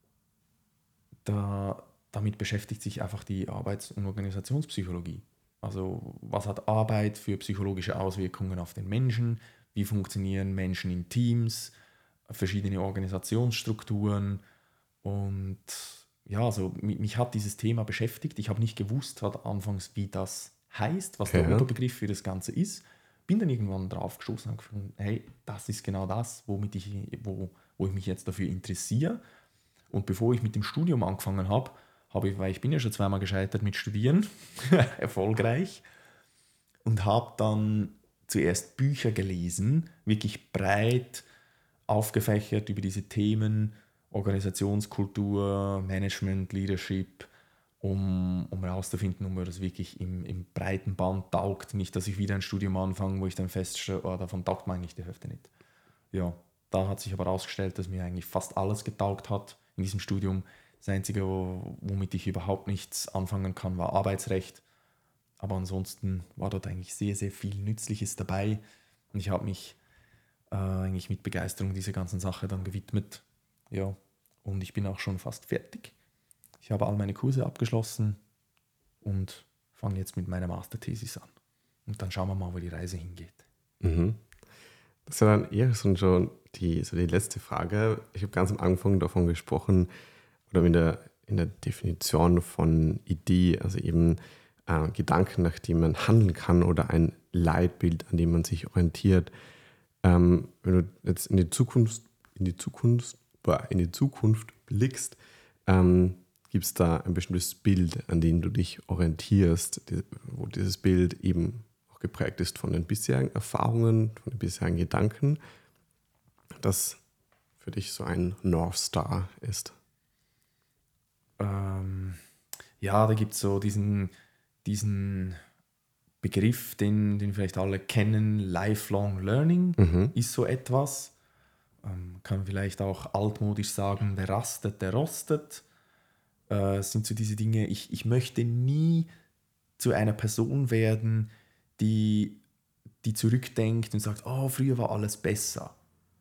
da, damit beschäftigt sich einfach die Arbeits- und Organisationspsychologie. Also was hat Arbeit für psychologische Auswirkungen auf den Menschen? Wie funktionieren Menschen in Teams? Verschiedene Organisationsstrukturen. Und ja, also mich, mich hat dieses Thema beschäftigt. Ich habe nicht gewusst hat anfangs, wie das heißt, was der Ja. Unterbegriff für das Ganze ist. Bin dann irgendwann drauf gestoßen und gefunden, hey, das ist genau das, womit ich, wo, wo ich mich jetzt dafür interessiere. Und bevor ich mit dem Studium angefangen habe, habe ich, weil ich bin ja schon zweimal gescheitert mit Studieren, erfolgreich, und habe dann zuerst Bücher gelesen, wirklich breit aufgefächert über diese Themen, Organisationskultur, Management, Leadership, um, um herauszufinden, ob mir das wirklich im, im breiten Band taugt. Nicht, dass ich wieder ein Studium anfange, wo ich dann feststelle, oh, davon taugt mir eigentlich die Hälfte nicht. Ja, da hat sich aber herausgestellt, dass mir eigentlich fast alles getaugt hat in diesem Studium. Das Einzige, womit ich überhaupt nichts anfangen kann, war Arbeitsrecht. Aber ansonsten war dort eigentlich sehr, sehr viel Nützliches dabei. Und ich habe mich äh, eigentlich mit Begeisterung dieser ganzen Sache dann gewidmet. Ja, und ich bin auch schon fast fertig. Ich habe all meine Kurse abgeschlossen und fange jetzt mit meiner Masterthesis an. Und dann schauen wir mal, wo die Reise hingeht. Mhm. Das ist ja dann eher so schon die, so die letzte Frage. Ich habe ganz am Anfang davon gesprochen, oder in der, in der Definition von Idee, also eben äh, Gedanken, nach dem man handeln kann oder ein Leitbild, an dem man sich orientiert. Ähm, wenn du jetzt in die Zukunft, in die Zukunft, in die Zukunft blickst, ähm, gibt es da ein bestimmtes Bild, an dem du dich orientierst, die, wo dieses Bild eben auch geprägt ist von den bisherigen Erfahrungen, von den bisherigen Gedanken, das für dich so ein North Star ist? Ähm, ja, da gibt es so diesen, diesen Begriff, den, den vielleicht alle kennen, Lifelong Learning, Mhm. ist so etwas. Ähm, kann vielleicht auch altmodisch sagen, wer rastet, der rostet. Äh, sind so diese Dinge, ich, ich möchte nie zu einer Person werden, die, die zurückdenkt und sagt, oh, früher war alles besser.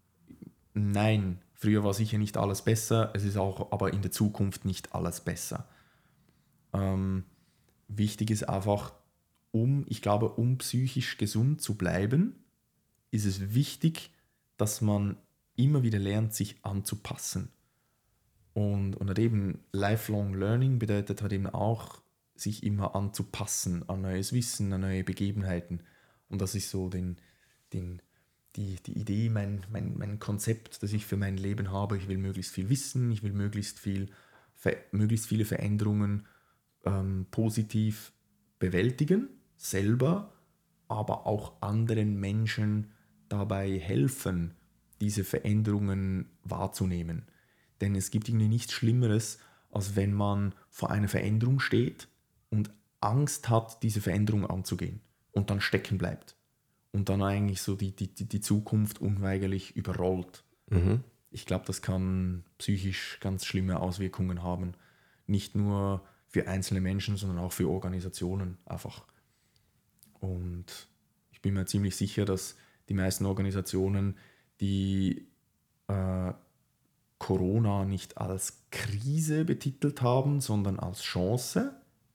Nein, früher war sicher nicht alles besser, es ist auch aber in der Zukunft nicht alles besser. Ähm, wichtig ist einfach, um, ich glaube, um psychisch gesund zu bleiben, ist es wichtig, dass man immer wieder lernt, sich anzupassen. Und, und halt eben Lifelong Learning bedeutet halt eben auch, sich immer anzupassen an neues Wissen, an neue Begebenheiten. Und das ist so den, den, die, die Idee, mein, mein, mein Konzept, das ich für mein Leben habe. Ich will möglichst viel wissen, ich will möglichst, viel, ver- möglichst viele Veränderungen ähm, positiv bewältigen, selber, aber auch anderen Menschen dabei helfen, diese Veränderungen wahrzunehmen. Denn es gibt irgendwie nichts Schlimmeres, als wenn man vor einer Veränderung steht und Angst hat, diese Veränderung anzugehen und dann stecken bleibt und dann eigentlich so die, die, die Zukunft unweigerlich überrollt. Mhm. Ich glaube, das kann psychisch ganz schlimme Auswirkungen haben. Nicht nur für einzelne Menschen, sondern auch für Organisationen einfach. Und ich bin mir ziemlich sicher, dass die meisten Organisationen, die äh, Corona nicht als Krise betitelt haben, sondern als Chance.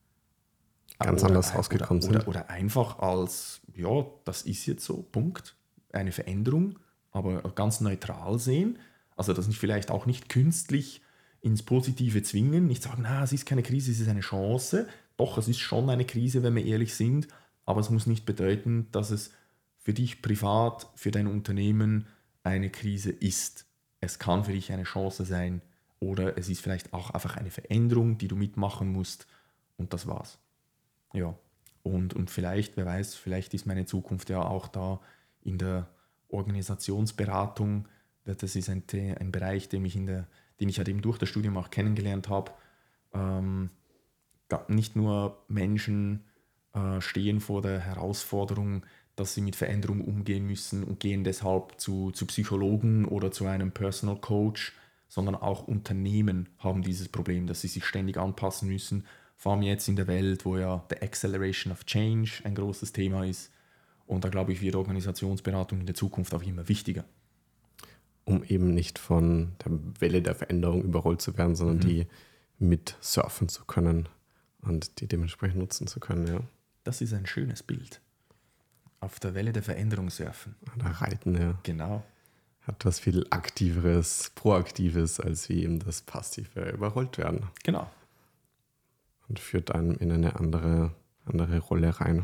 Ganz oder, anders rausgekommen oder, sind. oder, oder einfach als, ja, das ist jetzt so, Punkt. Eine Veränderung, aber ganz neutral sehen. Also das nicht vielleicht auch nicht künstlich ins Positive zwingen, nicht sagen, na, es ist keine Krise, es ist eine Chance. Doch, es ist schon eine Krise, wenn wir ehrlich sind, aber es muss nicht bedeuten, dass es für dich privat, für dein Unternehmen eine Krise ist. Es kann für dich eine Chance sein oder es ist vielleicht auch einfach eine Veränderung, die du mitmachen musst und das war's. Ja, und, und vielleicht, wer weiß, vielleicht ist meine Zukunft ja auch da in der Organisationsberatung. Das ist ein, The- ein Bereich, den ich, in der, den ich halt eben durch das Studium auch kennengelernt habe. Ähm, ga- nicht nur Menschen äh, stehen vor der Herausforderung, dass sie mit Veränderung umgehen müssen und gehen deshalb zu, zu Psychologen oder zu einem Personal Coach, sondern auch Unternehmen haben dieses Problem, dass sie sich ständig anpassen müssen. Vor allem jetzt in der Welt, wo ja the Acceleration of Change ein großes Thema ist. Und da glaube ich, wird Organisationsberatung in der Zukunft auch immer wichtiger. Um eben nicht von der Welle der Veränderung überrollt zu werden, sondern Mhm. die mit surfen zu können und die dementsprechend nutzen zu können, ja. Das ist ein schönes Bild. Auf der Welle der Veränderung surfen. Oder reiten, ja. Genau. Hat was viel Aktiveres, Proaktives, als wie eben das passive überrollt werden. Genau. Und führt einem in eine andere, andere Rolle rein.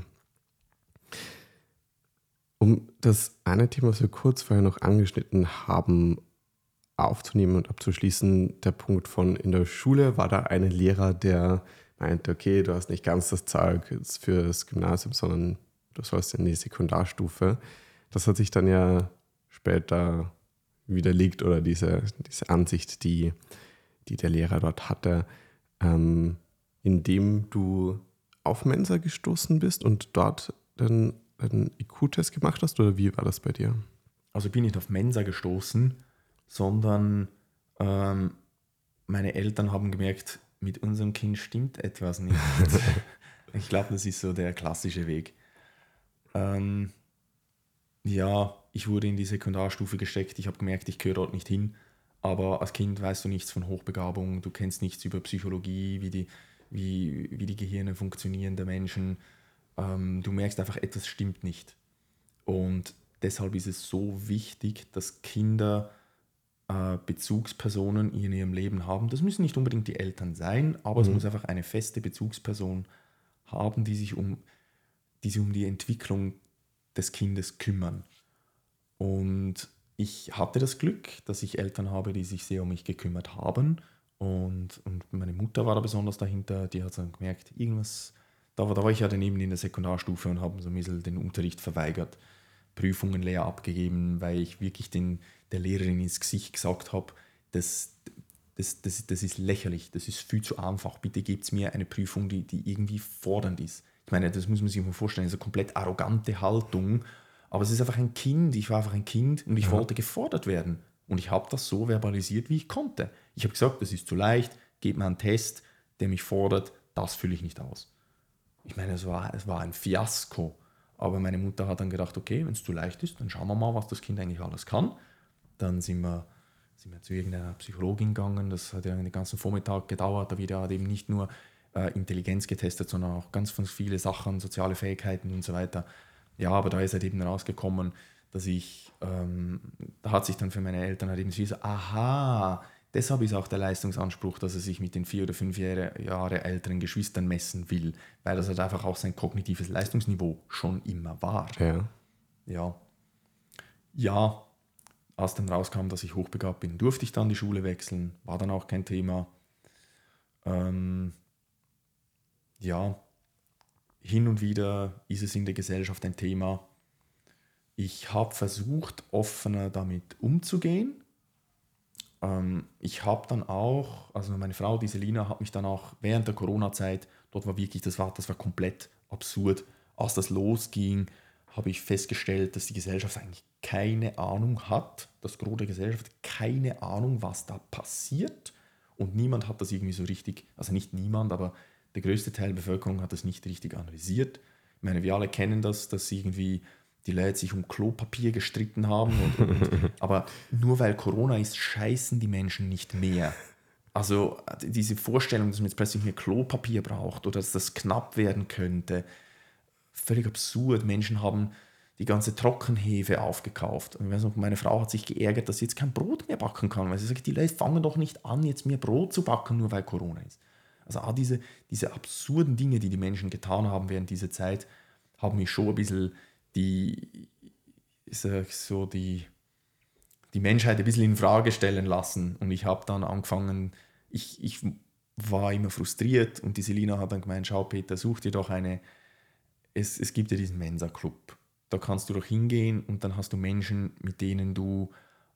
Um das eine Thema, was wir kurz vorher noch angeschnitten haben, aufzunehmen und abzuschließen, der Punkt von in der Schule war da ein Lehrer, der meinte, okay, du hast nicht ganz das Zeug jetzt für das Gymnasium, sondern du sollst in die Sekundarstufe. Das hat sich dann ja später widerlegt oder diese, diese Ansicht, die, die der Lehrer dort hatte, ähm, indem du auf Mensa gestoßen bist und dort dann einen I Q-Test gemacht hast, oder wie war das bei dir? Also bin ich nicht auf Mensa gestoßen, sondern ähm, meine Eltern haben gemerkt, mit unserem Kind stimmt etwas nicht. Ich glaube, das ist so der klassische Weg. Ähm, ja, ich wurde in die Sekundarstufe gesteckt, ich habe gemerkt, ich gehöre dort nicht hin. Aber als Kind weißt du nichts von Hochbegabung, du kennst nichts über Psychologie, wie die, wie, wie die Gehirne funktionieren der Menschen. Ähm, du merkst einfach, etwas stimmt nicht. Und deshalb ist es so wichtig, dass Kinder äh, Bezugspersonen in ihrem Leben haben. Das müssen nicht unbedingt die Eltern sein, aber es Mhm. muss einfach eine feste Bezugsperson haben, die sich um, die sich um die Entwicklung des Kindes kümmern. Und ich hatte das Glück, dass ich Eltern habe, die sich sehr um mich gekümmert haben. Und, und meine Mutter war da besonders dahinter, die hat dann gemerkt, irgendwas, da war, da war ich ja daneben in der Sekundarstufe und habe so ein bisschen den Unterricht verweigert, Prüfungen leer abgegeben, weil ich wirklich den, der Lehrerin ins Gesicht gesagt habe, das, das, das, das ist lächerlich, das ist viel zu einfach, bitte gebt mir eine Prüfung, die, die irgendwie fordernd ist, Ich meine, das muss man sich mal vorstellen, so komplett arrogante Haltung. Aber es ist einfach ein Kind, ich war einfach ein Kind und ich ja. wollte gefordert werden. Und ich habe das so verbalisiert, wie ich konnte. Ich habe gesagt, das ist zu leicht, gebt mir einen Test, der mich fordert, das fülle ich nicht aus. Ich meine, es war, es war ein Fiasko. Aber meine Mutter hat dann gedacht, okay, wenn es zu leicht ist, dann schauen wir mal, was das Kind eigentlich alles kann. Dann sind wir, sind wir zu irgendeiner Psychologin gegangen, das hat ja den ganzen Vormittag gedauert, da wird ja eben nicht nur äh, Intelligenz getestet, sondern auch ganz viele Sachen, soziale Fähigkeiten und so weiter. Ja, aber da ist halt eben rausgekommen, dass ich, ähm, da hat sich dann für meine Eltern halt eben so, aha, deshalb ist auch der Leistungsanspruch, dass er sich mit den vier oder fünf Jahre, Jahre älteren Geschwistern messen will, weil das halt einfach auch sein kognitives Leistungsniveau schon immer war. Ja. Ja. Ja, als dann rauskam, dass ich hochbegabt bin, durfte ich dann die Schule wechseln, war dann auch kein Thema. Ähm, ja, hin und wieder ist es in der Gesellschaft ein Thema. Ich habe versucht, offener damit umzugehen. Ähm, ich habe dann auch, also meine Frau, die Selina, hat mich dann auch während der Corona-Zeit, dort war wirklich, das war, das war komplett absurd. Als das losging, habe ich festgestellt, dass die Gesellschaft eigentlich keine Ahnung hat, das Gros der Gesellschaft keine Ahnung, was da passiert. Und niemand hat das irgendwie so richtig, also nicht niemand, aber der größte Teil der Bevölkerung hat das nicht richtig analysiert. Ich meine, wir alle kennen das, dass irgendwie die Leute sich um Klopapier gestritten haben. Und, und, aber nur weil Corona ist, scheißen die Menschen nicht mehr. Also diese Vorstellung, dass man jetzt plötzlich mehr Klopapier braucht oder dass das knapp werden könnte, völlig absurd. Menschen haben die ganze Trockenhefe aufgekauft. Und ich weiß noch, meine Frau hat sich geärgert, dass sie jetzt kein Brot mehr backen kann, weil sie sagt, die Leute fangen doch nicht an, jetzt mehr Brot zu backen, nur weil Corona ist. Also auch diese, diese absurden Dinge, die die Menschen getan haben während dieser Zeit, haben mich schon ein bisschen die, ich sag so die, die Menschheit ein bisschen in Frage stellen lassen. Und ich habe dann angefangen, ich, ich war immer frustriert und die Selina hat dann gemeint, schau Peter, such dir doch eine, es, es gibt ja diesen Mensa-Club. Da kannst du doch hingehen und dann hast du Menschen, mit denen du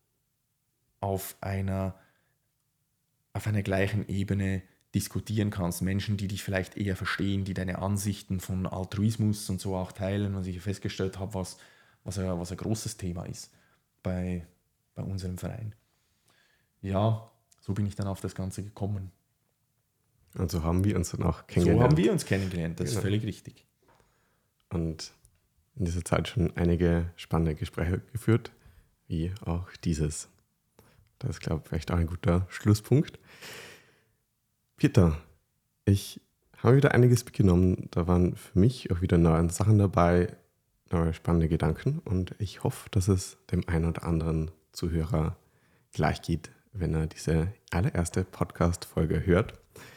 auf einer, auf einer gleichen Ebene diskutieren kannst. Menschen, die dich vielleicht eher verstehen, die deine Ansichten von Altruismus und so auch teilen. Und ich festgestellt habe, was, was, ein, was ein großes Thema ist bei, bei unserem Verein. Ja, so bin ich dann auf das Ganze gekommen. Und so haben wir uns dann auch kennengelernt. So haben wir uns kennengelernt, das genau. Ist völlig richtig. Und in dieser Zeit schon einige spannende Gespräche geführt, wie auch dieses. Das ist, glaube ich, vielleicht auch ein guter Schlusspunkt. Peter, ich habe wieder einiges mitgenommen. Da waren für mich auch wieder neue Sachen dabei, neue spannende Gedanken. Und ich hoffe, dass es dem einen oder anderen Zuhörer gleich geht, wenn er diese allererste Podcast-Folge hört.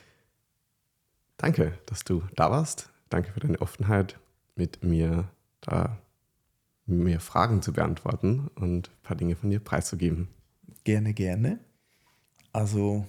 Danke, dass du da warst. Danke für deine Offenheit, mit mir da mehr Fragen zu beantworten und ein paar Dinge von dir preiszugeben. Gerne, gerne. Also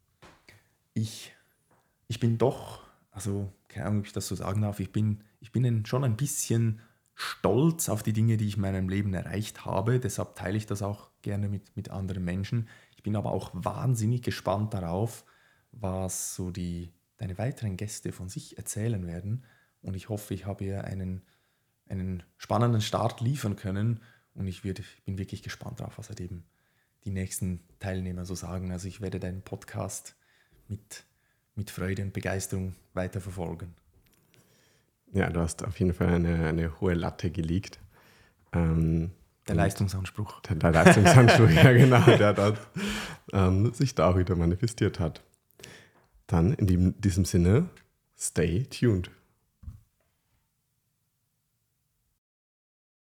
ich, ich bin doch, also keine Ahnung, ob ich das so sagen darf, ich bin, ich bin schon ein bisschen stolz auf die Dinge, die ich in meinem Leben erreicht habe. Deshalb teile ich das auch gerne mit, mit anderen Menschen. Ich bin aber auch wahnsinnig gespannt darauf, was so die, deine weiteren Gäste von sich erzählen werden. Und ich hoffe, ich habe hier einen, einen spannenden Start liefern können. Und ich, wird, ich bin wirklich gespannt darauf, was halt eben die nächsten Teilnehmer so sagen. Also ich werde deinen Podcast mit, mit Freude und Begeisterung weiterverfolgen. Ja, du hast auf jeden Fall eine, eine hohe Latte gelegt. Ähm, der Leistungsanspruch. Der, der Leistungsanspruch, ja genau, der dort ähm, sich da auch wieder manifestiert hat. Dann in dem, diesem Sinne, stay tuned.